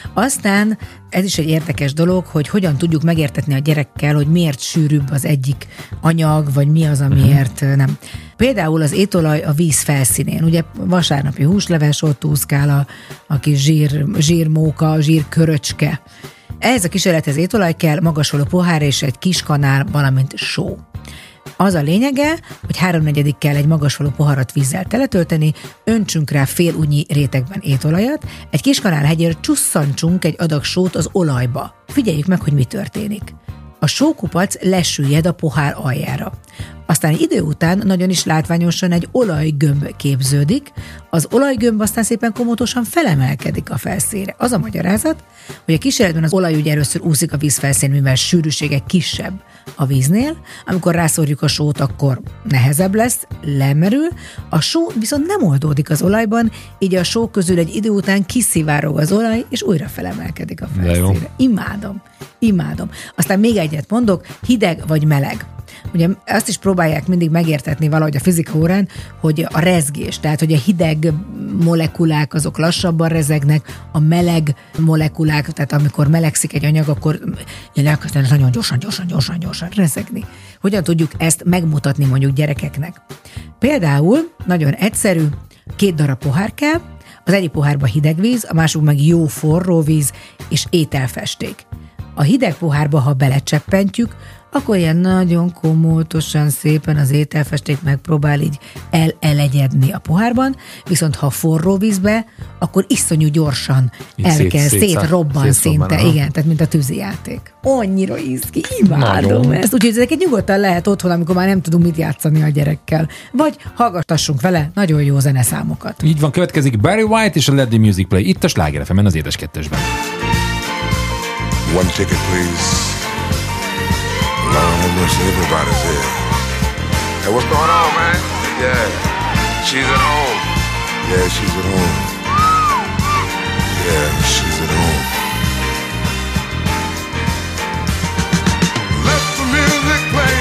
Aztán ez is egy érdekes dolog, hogy hogyan tudjuk megértetni a gyerekkel, hogy miért sűrűbb az egyik anyag, vagy mi az, amiért nem. Például az étolaj a víz felszínén. Ugye vasárnapi húsleves, ott úszkál a kis zsírmóka, zsírköröcske. Ehhez a kísérlethez étolaj kell, magasvaló pohár és egy kis kanál, valamint só. Az a lényege, hogy 3/4 kell egy magasvaló poharat vízzel teletölteni, öntsünk rá fél unyi rétegben étolajat, egy kis kanál hegyér csusszantsunk egy adag sót az olajba. Figyeljük meg, hogy mi történik. A sókupac lesüllyed a pohár aljára. Aztán idő után nagyon is látványosan egy olajgömb képződik, az olajgömb aztán szépen komótosan felemelkedik a felszínre. Az a magyarázat, hogy a kísérletben az olaj ugye először úszik a víz felszínén, mivel sűrűsége kisebb a víznél, amikor rászórjuk a sót, akkor nehezebb lesz, lemerül, a só viszont nem oldódik az olajban, így a só közül egy idő után kiszivárog az olaj, és újra felemelkedik a felszínre. Imádom. Aztán még egyet mondok, hideg vagy meleg. Ugye azt is próbálják mindig megértetni valahogy a fizika órán, hogy a rezgés, tehát hogy a hideg molekulák azok lassabban rezegnek, a meleg molekulák, tehát amikor melegszik egy anyag, akkor elkezdenek nagyon gyorsan rezegni. Hogyan tudjuk ezt megmutatni mondjuk gyerekeknek? Például nagyon egyszerű, 2 darab pohár kell, az egyik pohárba hideg víz, a másik meg jó forró víz és ételfesték. A hideg pohárba, ha belecsöppentjük, akkor ilyen nagyon komótosan szépen az ételfesték megpróbál így elegyedni a pohárban, viszont ha forró vízbe, akkor iszonyú gyorsan szétrobban szinte. Aha. Igen, tehát mint a tűzijáték. Annyira ízki, imádom Nagyon. ezt. Úgyhogy ezeket nyugodtan lehet otthon, amikor már nem tudunk mit játszani a gyerekkel. Vagy hallgassunk vele nagyon jó zeneszámokat. Így van, következik Barry White és a Let the Music Play itt a Sláger FM-en az Édes Kettesben. One ticket, please. Lord have mercy, everybody's here. Hey, what's going on, man? Yeah, she's at home. Yeah, she's at home. Yeah, she's at home. Let the music play.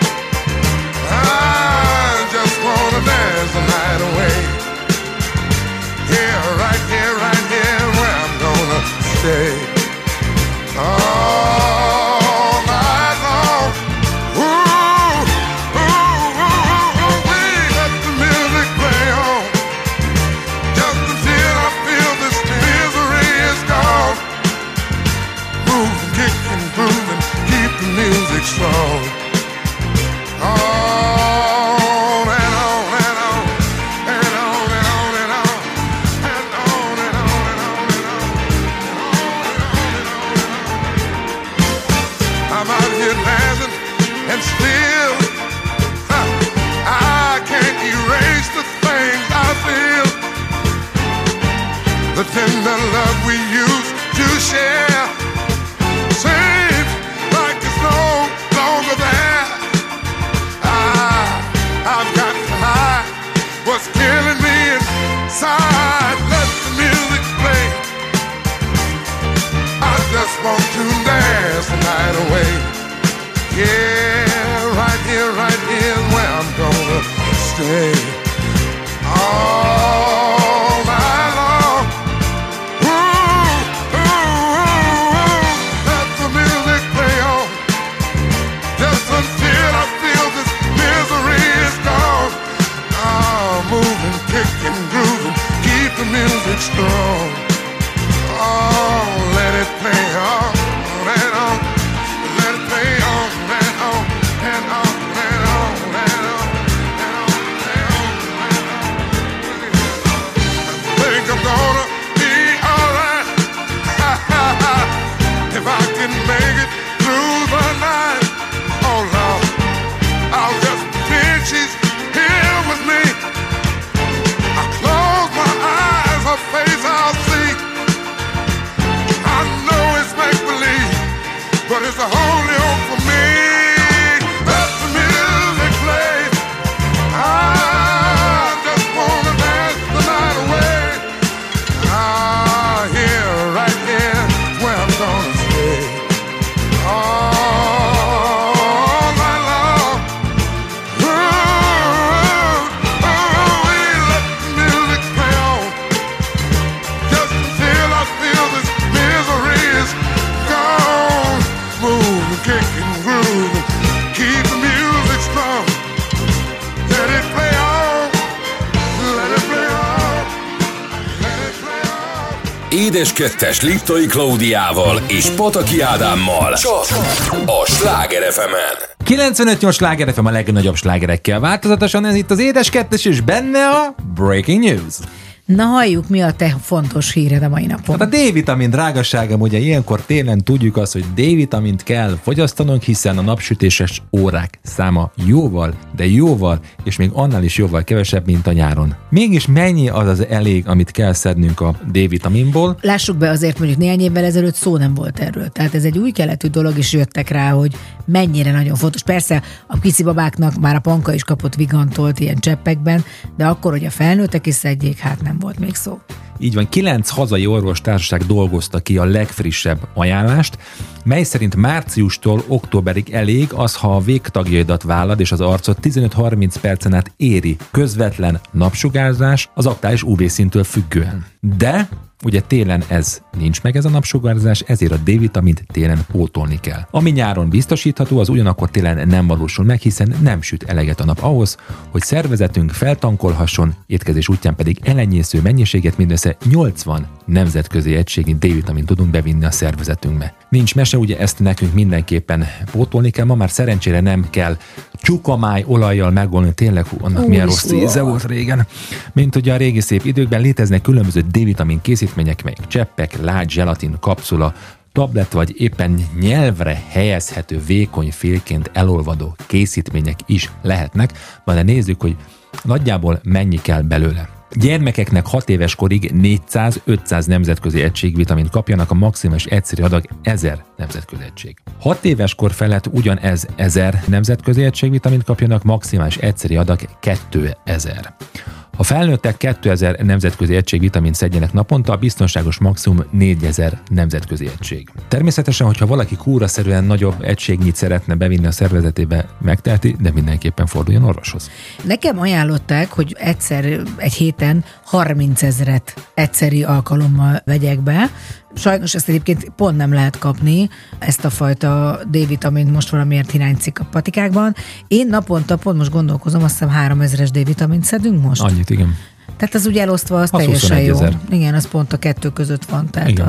I just wanna dance the night away. Here, right here, where I'm gonna stay. All night long. Ooh, let the music play on. Just until I feel this misery is gone. Move and kick and groove and keep the music strong. On and on and on and on and on and on and on and on and on and on. I'm out here dancing and still I can't erase the things I feel. The tender love we used to share seems like it's no longer there. I've got to hide what's killing me inside. Let the music play. I just want to dance the night away. Yeah, right here is where I'm gonna stay. All night long. Ooh, ooh, ooh, ooh. Édes Kettes Liptai Klaudiával és Pataki Ádámmal. Csak a Sláger FM-en. 95-8 Sláger FM a legnagyobb slágerekkel. Változatosan ez itt az Édes Kettes, és benne a Breaking News. Na halljuk, mi a te fontos híred a mai napon. Hát a D-vitamin drágaságom, ugye ilyenkor télen tudjuk azt, hogy D-vitamint kell fogyasztanunk, hiszen a napsütéses órák száma jóval, de jóval, és még annál is jóval kevesebb, mint a nyáron. Mégis mennyi az elég, amit kell szednünk a D-vitaminból? Lássuk be, azért mondjuk néhány évvel ezelőtt szó nem volt erről. Tehát ez egy új keletű dolog, és jöttek rá, hogy mennyire nagyon fontos. Persze a pici babáknak már a Panka is kapott Vigantolt ilyen cseppekben, de akkor, hogy a felnőttek is szedjék, hát nem volt még szó. Így van, 9 hazai orvostársaság dolgozta ki a legfrissebb ajánlást, mely szerint márciustól októberig elég az, ha a végtagjaidat vállad és az arcot 15-30 percen át éri közvetlen napsugárzás az aktuális UV-szintől függően. De ugye télen ez nincs meg, ez a napsugárzás, ezért a D-vitamint télen pótolni kell. Ami nyáron biztosítható, az ugyanakkor télen nem valósul meg, hiszen nem süt eleget a nap ahhoz, hogy szervezetünk feltankolhasson, étkezés útján pedig elenyésző mennyiséget, mindössze 80 nemzetközi egységnyi D-vitamint tudunk bevinni a szervezetünkbe. Nincs mese, ugye ezt nekünk mindenképpen pótolni kell, ma már szerencsére nem kell csukamáj olajjal megoldani, tényleg annak milyen rossz íze volt régen. Mint ugye a régi szép időkben léteznek különböző D-vitamin készítmények, melyek cseppek, lágy, zselatin, kapszula, tablet vagy éppen nyelvre helyezhető vékony félként elolvadó készítmények is lehetnek, de nézzük, hogy nagyjából mennyi kell belőle. Gyermekeknek 6 éves korig 400-500 nemzetközi egység vitamint kapjanak, a maximális egyszeri adag 1000 nemzetközi egység. 6 éves kor felett ugyanez 1000 nemzetközi egység vitamint kapjanak, maximális egyszeri adag 2000. A felnőttek 2000 nemzetközi egység vitamint szedjenek naponta, a biztonságos maximum 4000 nemzetközi egység. Természetesen, hogyha valaki kúraszerűen nagyobb egységnyit szeretne bevinni a szervezetébe, megteheti, de mindenképpen forduljon orvoshoz. Nekem ajánlották, hogy egyszer egy héten 30 000 egyszeri alkalommal vegyek be. Sajnos ezt egyébként pont nem lehet kapni, ezt a fajta D-vitamint most valamiért hiányzik a patikákban. Én naponta pont most gondolkozom, azt hiszem 3000-es D-vitamint szedünk most. Annyit, igen. Tehát az úgy elosztva, az teljesen jó. Igen, az pont a 2 között van, tehát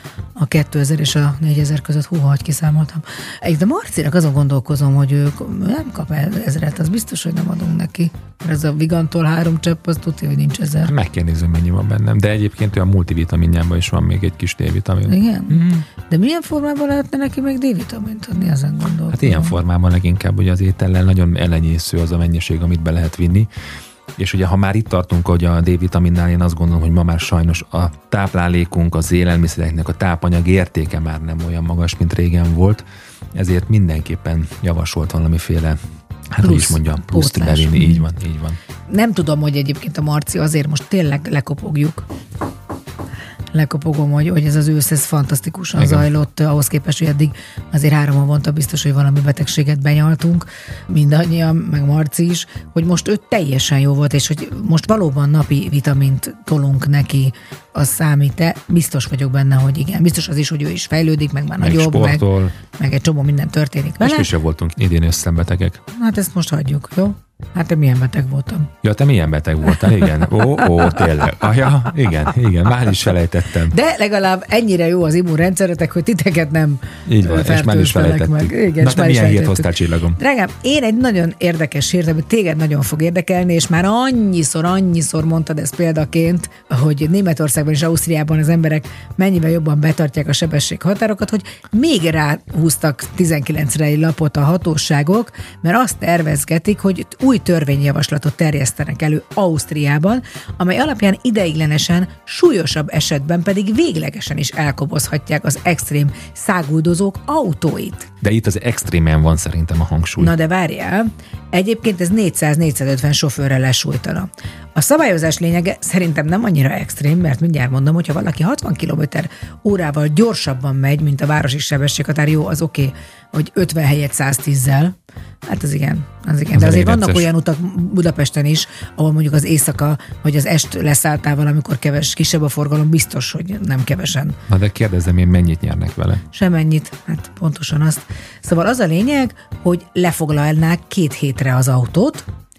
a 2000 és a 4000 között, hogy kiszámoltam. De Marcinak azon gondolkozom, hogy ők nem kap 1000-et, az biztos, hogy nem adunk neki. Mert ez a Vigantol 3 csepp, az tudja, hogy nincs 1000. Meg kell nézni, mennyi van bennem, de egyébként olyan multivitaminjában is van még egy kis D-vitamin. Igen? De milyen formában lehetne neki még D-vitamint adni, ezen gondolkodom? Hát ilyen formában leginkább, hogy az étellel nagyon elenyésző az a mennyiség, amit be lehet vinni. És ugye, ha már itt tartunk, hogy a D-vitaminnál, én azt gondolom, hogy ma már sajnos a táplálékunk, az élelmiszereknek a tápanyag értéke már nem olyan magas, mint régen volt, ezért mindenképpen javasolt valamiféle, hát úgy is mondjam, pluszt bevinni. Így van. Nem tudom, hogy egyébként a Marci azért most tényleg lekopogom, hogy ez az ősz, ez fantasztikusan zajlott, ahhoz képest, hogy eddig azért 3 havonta biztos, hogy valami betegséget benyaltunk, mindannyian, meg Marci is, hogy most ő teljesen jó volt, és hogy most valóban napi vitamint tolunk neki, az számít, de biztos vagyok benne, hogy igen. Biztos az is, hogy ő is fejlődik, meg már nagyobb, meg egy csomó minden történik vele. És mi sem voltunk idén összembetegek. Hát ezt most hagyjuk, jó? Hát te milyen beteg voltam? Ja, te milyen beteg voltál, igen. Ó, tényleg. Ja, igen, már is felejtettem. De legalább ennyire jó az immunrendszeretek, hogy titeket nem és már is felejtettük. Igen, na, te milyen hírt hoztál, csillagom? Drágám, én egy nagyon érdekes hírt, amit téged nagyon fog érdekelni, és már annyiszor mondtad ezt példaként, hogy Németországban és Ausztriában az emberek mennyivel jobban betartják a sebességhatárokat, hogy még ráhúztak 19-re egy lapot a hatóságok, mert azt tervezgetik, hogy új törvényjavaslatot terjesztenek elő Ausztriában, amely alapján ideiglenesen, súlyosabb esetben pedig véglegesen is elkobozhatják az extrém száguldozók autóit. De itt az extrémen van szerintem a hangsúly. Na de várjál, egyébként ez 400-450 sofőrrel lesújtana. A szabályozás lényege szerintem nem annyira extrém, mert mindjárt mondom, hogyha valaki 60 km/h gyorsabban megy, mint a városi sebességhatár, jó, az oké, hogy 50 helyett 110-zel, hát az igen. De azért vannak olyan utak Budapesten is, ahol mondjuk az éjszaka, vagy az est leszálltál valamikor kisebb a forgalom, biztos, hogy nem kevesen. Na de kérdezem én, mennyit nyernek vele? Semennyit, hát pontosan azt. Szóval az a lényeg, hogy lefoglalnák 2 hétre az autót,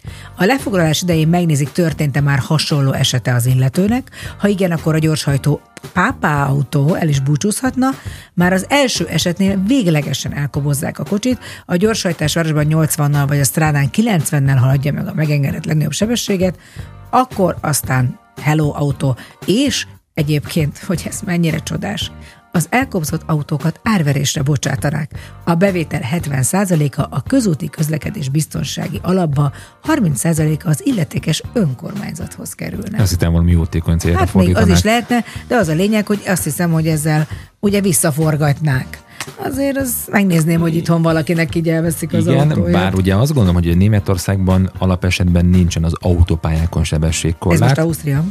A lefoglalás idején megnézik, történt-e már hasonló esete az illetőnek, ha igen, akkor a gyorshajtó pápá autó el is búcsúzhatna, már az első esetnél véglegesen elkobozzák a kocsit, a gyorshajtás városban 80-nal vagy a strádán 90-nel haladja meg a megengedett legnagyobb sebességet, akkor aztán hello autó, és egyébként, hogy ez mennyire csodás, az elkobzott autókat árverésre bocsátanák. A bevétel 70%-a a közúti közlekedés biztonsági alapba, 30%-a az illetékes önkormányzathoz kerülne. Azt hittem valami jótékony célra Hát még az fordítanák. is lehetne, de az a lényeg, hogy azt hiszem, hogy ezzel ugye visszaforgatnák. Azért az megnézném, hogy itthon valakinek így elveszik az Igen, autóját. bár ugye azt gondolom, hogy Németországban alapesetben nincsen az autópályákon Ez sebességkorlát. most Ausztria?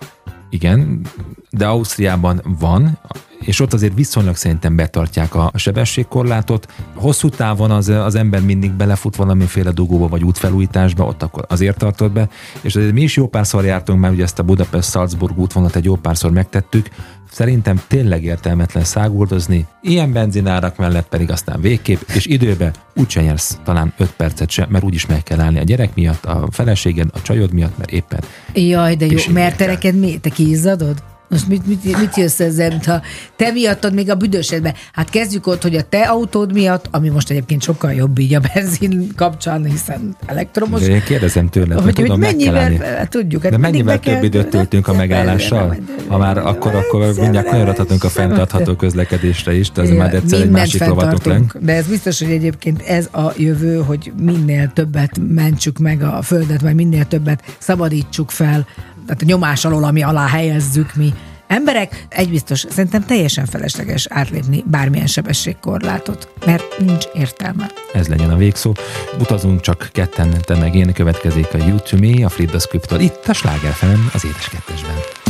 Igen, de Ausztriában van, és ott azért viszonylag szerintem betartják a sebességkorlátot. Hosszú távon az ember mindig belefut valamiféle dugóba vagy útfelújításba, ott akkor azért tartott be, és azért mi is jó párszor jártunk, mert ugye ezt a Budapest-Salzburg útvonalat egy jó párszor megtettük. Szerintem tényleg értelmetlen száguldozni, ilyen benzinárak mellett pedig aztán végképp, és időbe úgyse nyersz talán 5 percet sem, mert úgyis meg kell állni a gyerek miatt, a feleséged, a csajod miatt, mert éppen. Jaj, de jó, Pisilni mert te kell. neked mi? Te kiizzadod? Most mit jössz ezzel, mintha te miattad még a büdösedbe? Hát kezdjük ott, hogy a te autód miatt, ami most egyébként sokkal jobb így a benzin kapcsán, hiszen elektromos. De én kérdezem tőled, hogy hogy tudom, meg kell állni. mennyivel, tudjuk. Hát De mindig mennyivel be kell- több időt töltünk a de- megállással? de- Ha már akkor mindjárt kanyarodhatunk a fenntartható közlekedésre is, de ez már egyszer egy mindent másik rovatunk fenntartunk, lenn. de ez biztos, hogy egyébként ez a jövő, hogy minél többet mentsük meg a földet, vagy minél többet szabadítsuk fel, tehát a nyomás alól, ami alá helyezzük mi emberek. Egy biztos, szerintem teljesen felesleges átlépni bármilyen sebességkorlátot, mert nincs értelme. Ez legyen a végszó. Utazunk csak ketten, te meg én, következik a You to Me, a Flip the Script-től. Itt a Sláger FM, az Édes Kettesben.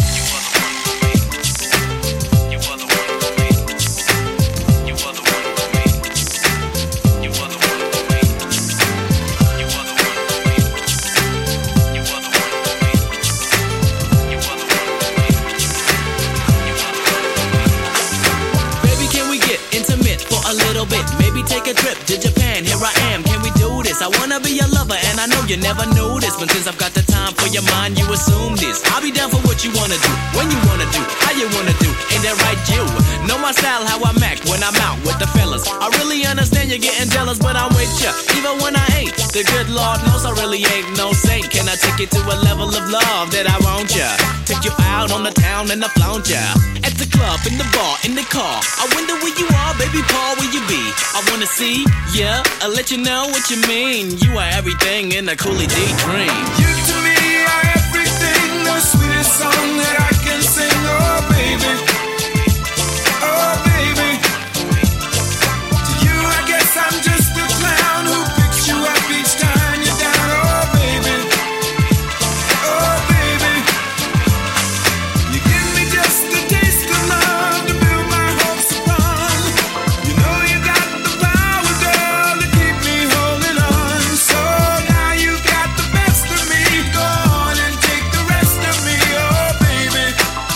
Baby, can we get intimate for a little bit? Maybe take a trip to Japan. Here I am. Can we do this? I wanna be your lover, and I know you never knew this. But since I've got the time for your mind, you assume this. I'll be down for what you wanna do, when you wanna do, how you wanna do. Ain't that right, you? Know my style, how I'm act when I'm out with the fellas. I really understand you're getting jealous, but I'm with ya, even when I ain't. The good Lord knows I really ain't no saint. Can I take you to a level of love that I want ya? Take you out on the town and I flaunt ya. At the club, in the bar, in the car. I wonder where you are, baby Paul, where you be? I wanna see, yeah, I'll let you know what you mean. You are everything in a Cooley D dream. You to me are everything, the sweetest song that I can sing. Oh baby, oh baby. To you I guess I'm just a clown who picks you up each time you're down. Oh baby, oh baby. You give me just a taste of love to build my hopes upon. You know you got the power, girl, to keep me holding on. So now you got the best of me. Go on and take the rest of me. Oh baby,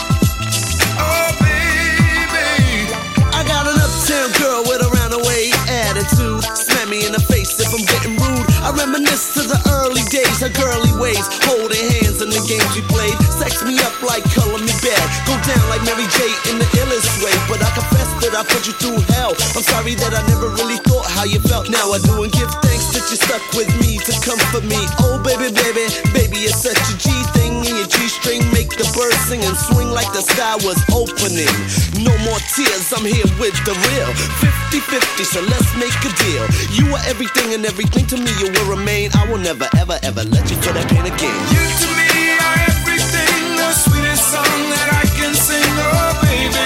oh baby. I got an uptown girl with a roundaway attitude. Smack me in the face if I'm getting rude. I reminisce to the early days, her girly ways, holding hands in the games we played. Sex me up like color me bad. Go down like Mary J in the illest way. But I confess that I put you through hell. I'm sorry that I never really thought how you felt. Now I do and give thanks that you stuck with me to comfort me. Oh baby, baby, baby, it's such a G thing in your G-string. Make the birds sing and swing like the sky was opening. No more tears, I'm here with the real 50-50, so let's make a deal. You are everything and everything to me you will remain. I will never, ever, ever let you feel that pain again. You to me are everything, the sweetest song that I can sing. Oh baby,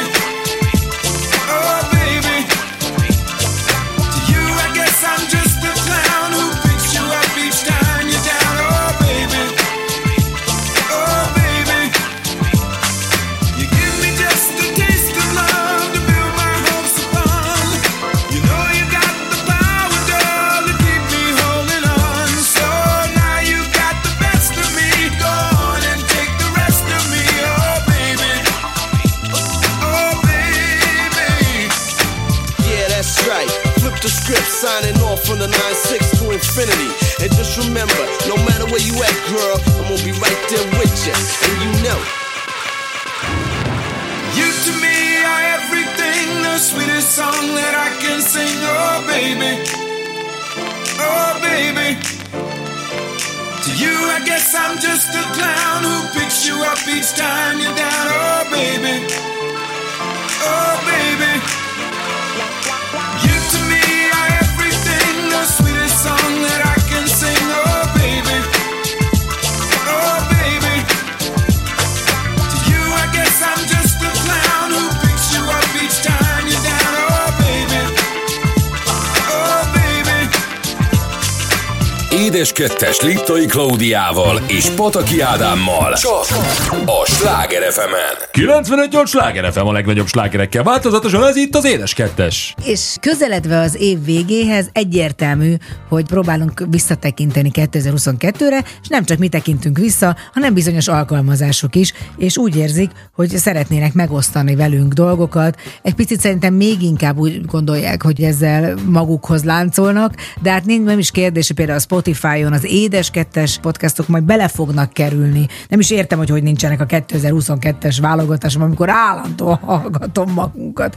oh baby. To you I guess I'm just a clown who picks you up each time you're down. Oh baby, oh baby. You give me just a taste of love to build my hopes upon. You know you got the power, girl, to keep me holding on. So now you got the best of me. Go on and take the rest of me. Oh baby. the script, signing off from the 9-6 to infinity. And just remember, no matter where you at, girl, I'm gonna be right there with you, and you know. You to me are everything, the sweetest song that I can sing. Oh baby, oh baby. To you I guess I'm just a clown who picks you up each time you're down. Oh baby, oh baby. You to me are everything, the sweetest song that I can sing. Oh baby, oh baby. To you I guess I'm just a clown who picks you up each time you're down. Oh baby, oh baby. Édes Kettes Liptai Klaudiával és Pataki Ádámmal csak a Sláger FM-en. 95-8 Sláger FM a legnagyobb slágerekkel. Változatosan ez itt az Édes Kettes. És közeledve az év végéhez egyértelmű, hogy próbálunk visszatekinteni 2022-re, és nem csak mi tekintünk vissza, hanem bizonyos alkalmazások is, és úgy érzik, hogy szeretnének megosztani velünk dolgokat. Egy picit szerintem még inkább úgy gondolják, hogy ezzel magukhoz láncolnak, de hát nem is kérdés, hogy például a Spotify-on az Édes Kettes podcastok majd bele fognak kerülni. Nem is értem, hogy nincsenek a 2022-es válogatásom, amikor állandóan hallgatom magunkat.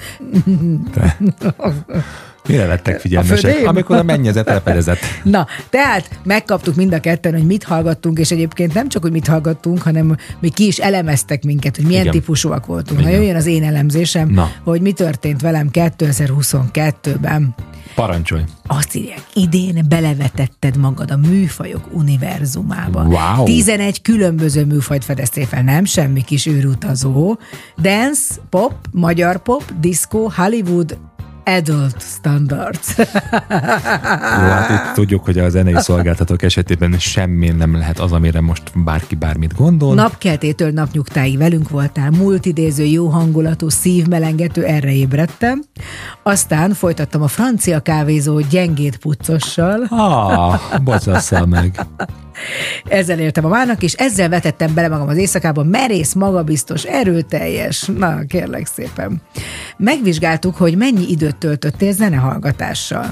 Mire lettek figyelmesek? Amikor a mennyezet elperezett. Na, tehát megkaptuk mind a ketten, hogy mit hallgattunk, és egyébként nem csak, hogy mit hallgattunk, hanem még ki is elemeztek minket, hogy milyen típusúak voltunk. Na, jöjjön az én elemzésem, hogy mi történt velem 2022-ben. Parancsolj! Azt írják, idén belevetetted magad a műfajok univerzumába. Wow. 11 különböző műfajt fedeztél fel, nem semmi kis űrutazó. Dance, pop, magyar pop, disco, Hollywood, adult standards. Hát itt tudjuk, hogy a zenei szolgáltatók esetében semmi nem lehet az, amire most bárki bármit gondol. Napkeltétől napnyugtáig velünk voltál, multidéző, jó hangulatú, szívmelengető, erre ébredtem. Aztán folytattam a francia kávézó gyengét puccossal. Bocsasszal meg. Ezzel értem a mának, és ezzel vetettem bele magam az éjszakába, merész, magabiztos, erőteljes. Na, kérlek szépen. Megvizsgáltuk, hogy mennyi időt töltöttél zenehallgatással.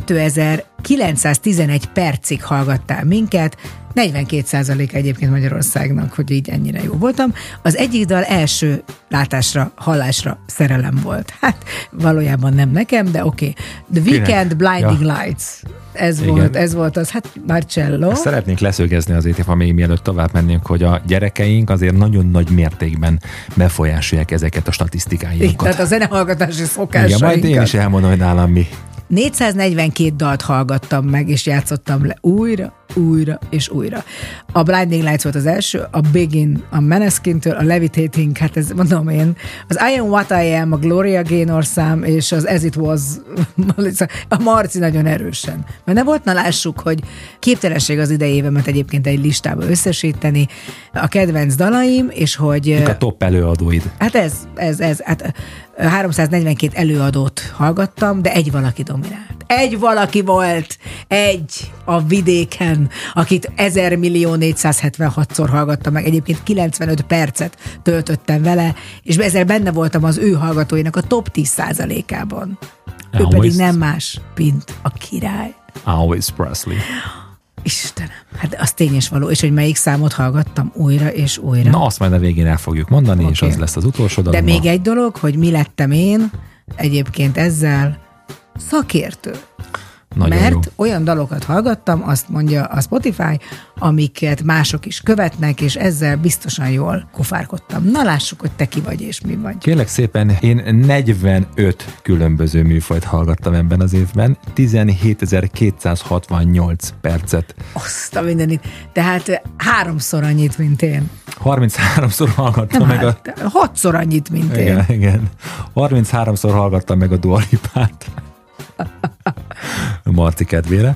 2911 percig hallgattál minket, 42% egyébként Magyarországnak, hogy így ennyire jó voltam. Az egyik dal első látásra, hallásra szerelem volt. Hát valójában nem nekem, de oké. The Weeknd, Blinding Lights. Ez volt az, hát Marcello. Szeretnénk leszögezni azért, ha még mielőtt tovább mennénk, hogy a gyerekeink azért nagyon nagy mértékben befolyásolják ezeket a statisztikáinkat. Tehát a zenehallgatási szokásainkat. Igen, majd én is elmondom, hogy nálam mi. 442 dalt hallgattam meg, és játszottam le újra, és újra. A Blinding Lights volt az első, a Begin a Maneskin-től, a Levitating, hát ez mondom én, az I Am What I Am, a Gloria Gaynor szám, és az As It Was, a Marci nagyon erősen. Mert ne volt, na lássuk, hogy képtelenség az idejévemet egyébként egy listába összesíteni, a kedvenc dalaim, és hogy... A top előadóid. Hát hát 342 előadót hallgattam, de egy valaki dominált. Egy valaki volt, a vidéken, akit 1.476-szor hallgattam meg, egyébként 95 percet töltöttem vele, és ezzel benne voltam az ő hallgatóinak a top 10%-ában. Ő pedig nem más, mint a király. Elvis Presley. Istenem, hát az tény és való, és hogy melyik számot hallgattam újra és újra. Na, azt majd a végén el fogjuk mondani, és az lesz az utolsó dalom. De még egy dolog, hogy mi lettem én egyébként ezzel szakértő. Nagyon mert jó. Olyan dalokat hallgattam, azt mondja a Spotify, amiket mások is követnek, és ezzel biztosan jól kofárkodtam. Na lássuk, hogy te ki vagy és mi vagy. Kérlek szépen, én 45 különböző műfajt hallgattam ebben az évben, 17.268 percet. Azt a mindenit. Tehát 3-szor annyit, mint én. 33-szor hallgattam meg a... 6-szor annyit, mint én. Igen. 33-szor hallgattam meg a Dua Lipát. Marci kedvére.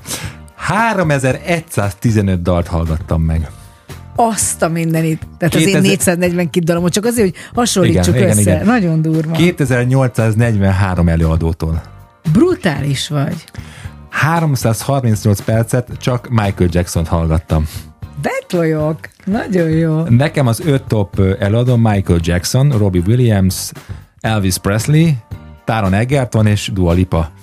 3115 dalt hallgattam meg. Azt a mindenit. Tehát az én 442 dalomot, csak azért, hogy hasonlítsuk össze. Igen. Nagyon durva. 2843 előadótól. Brutális vagy. 338 percet csak Michael Jackson-t hallgattam. Betoljok. Nagyon jó. Nekem az 5 top előadó Michael Jackson, Robbie Williams, Elvis Presley, Taron Egerton és Dua Lipa.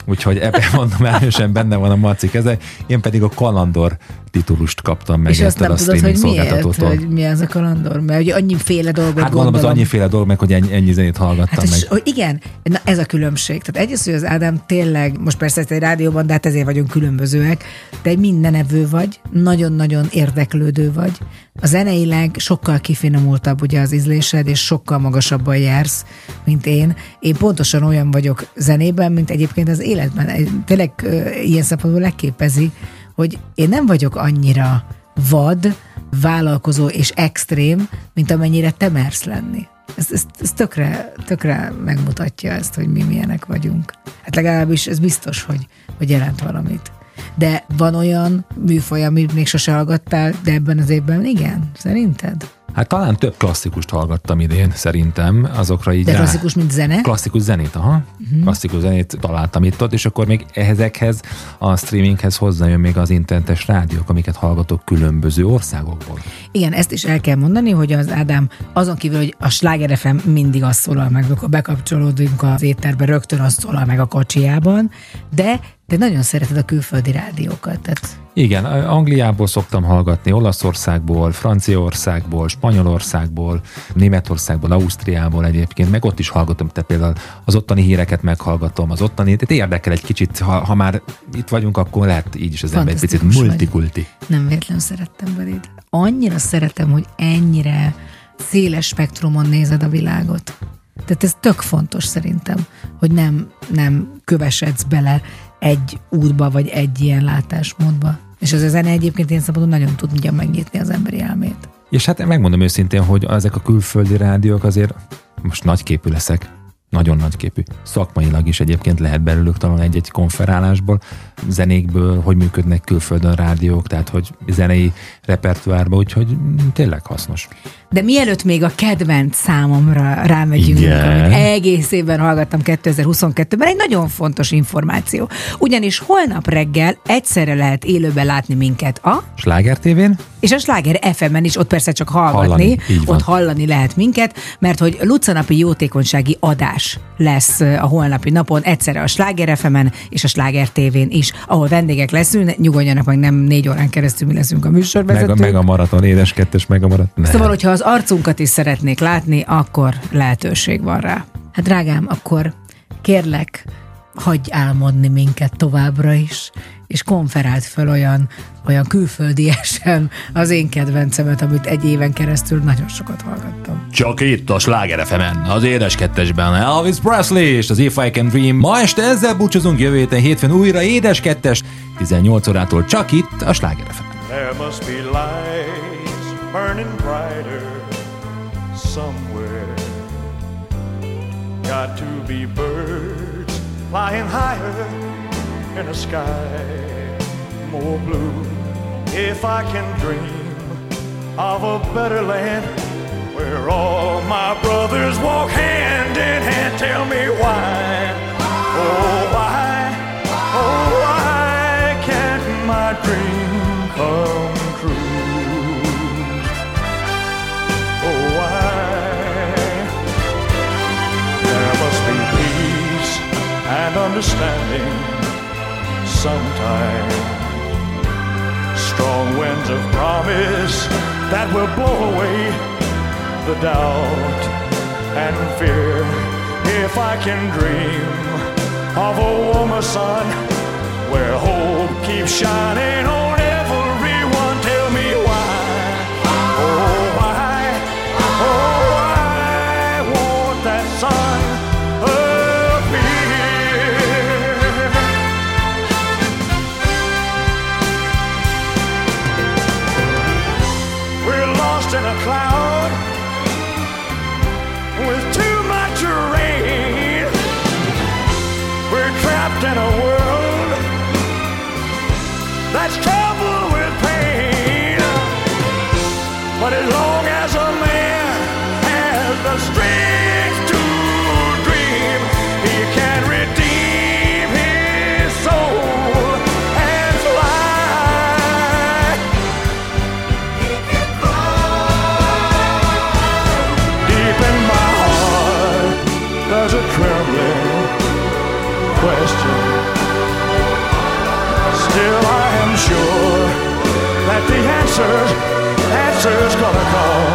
úgyhogy ebben mondom, erősen benne van a Marci keze, én pedig a kalandor titulust kaptam meg. És azt nem a tudod, streaming hogy miért, szolgáltatótól. hogy mi az a kalandor? Mert ugye annyiféle dolgot Hát gondolom, az annyiféle dolog meg, hogy ennyi zenét hallgattam hát meg. hogy igen, na ez a különbség. Tehát egyrészt, hogy az Ádám tényleg, most persze ezt egy rádióban, de hát ezért vagyunk különbözőek, de egy mindenevő vagy, nagyon-nagyon érdeklődő vagy. A zeneileg sokkal kifinomultabb ugye az ízlésed, és sokkal magasabban jársz, mint én. Én pontosan olyan vagyok zenében, mint egyébként az életben. Tényleg ilyen szempontból legképezi, hogy én nem vagyok annyira vad, vállalkozó és extrém, mint amennyire te mersz lenni. Ez tökre megmutatja ezt, hogy mi milyenek vagyunk. Hát legalábbis ez biztos, hogy jelent valamit. De van olyan műfaj, amit még sose hallgattál, de ebben az évben igen? Szerinted? Hát talán több klasszikust hallgattam idén, szerintem, azokra így. De klasszikus, mint zene? Klasszikus zenét, aha. Klasszikus zenét találtam itt-ott, és akkor még ezekhez a streaminghez hozzájön még az internetes rádiók, amiket hallgatok különböző országokból. Igen, ezt is el kell mondani, hogy az Ádám azon kívül, hogy a Sláger FM mindig azt szólal meg, amikor bekapcsolódunk az étterbe, rögtön azt szólal meg a kocsiában, de nagyon szereted a külföldi rádiókat. Tehát... Igen, Angliából szoktam hallgatni, Olaszországból, Franciaországból, Spanyolországból, Németországból, Ausztriából egyébként, meg ott is hallgatom, tehát például az ottani híreket meghallgatom, az ottani, tehát érdekel egy kicsit, ha már itt vagyunk, akkor lehet így is az ember egy picit multikulti. Nem véletlenül szerettem beléd. Annyira szeretem, hogy ennyire széles spektrumon nézed a világot. Tehát ez tök fontos szerintem, hogy nem kövesedsz bele egy útba, vagy egy ilyen látásmódba. És az a zene egyébként ilyen szempontból nagyon tudja megnyitni az emberi elmét. És hát megmondom őszintén, hogy ezek a külföldi rádiók azért most nagyképű leszek. Nagyon nagyképű. Szakmailag is egyébként lehet belőlük talán egy-egy konferálásból, zenékből, hogy működnek külföldön rádiók, tehát hogy zenei repertoárba, úgyhogy tényleg hasznos. De mielőtt még a kedvenc számomra rámegyünk, amit egész évben hallgattam 2022-ben, egy nagyon fontos információ. Ugyanis holnap reggel egyszerre lehet élőben látni minket a Sláger TV-n és a Sláger FM-en is, ott persze csak hallgatni, ott hallani lehet minket, mert hogy lucanapi jótékonysági adás lesz a holnapi napon, egyszerre a Sláger FM-en és a Sláger TV-n is, ahol vendégek leszünk, nyugodjanak meg, nem 4 órán keresztül mi leszünk a műsorvezetők. Meg a maraton, édes kettes, meg a maraton. Szóval, hogyha az arcunkat is szeretnék látni, akkor lehetőség van rá. Hát drágám, akkor kérlek, hagyj álmodni minket továbbra is, és konferált fel olyan külföldiesen az én kedvencemet, amit egy éven keresztül nagyon sokat hallgattam. Csak itt a Sláger FM-en, az édes kettesben Elvis Presley és az If I Can Dream. Ma este ezzel búcsúzunk, jövő héten hétfőn újra édes kettes, 18 órától csak itt a Sláger FM-en. There must be lights burning brighter somewhere. Got to be birds flying higher in a sky more blue. If I can dream of a better land where all my brothers walk hand in hand, tell me why, oh why can't my dream come true? Oh why? There must be peace and understanding sometime. Strong winds of promise that will blow away the doubt and fear. If I can dream of a warmer sun where hope keeps shining on everyone, tell me why, oh why, oh why won't that sun in a cloud with too much rain? We're trapped in a world that's troubled with pain. But as long as a man has the strength to dream, he can redeem his soul and fly. There's a trembling question answers gonna come.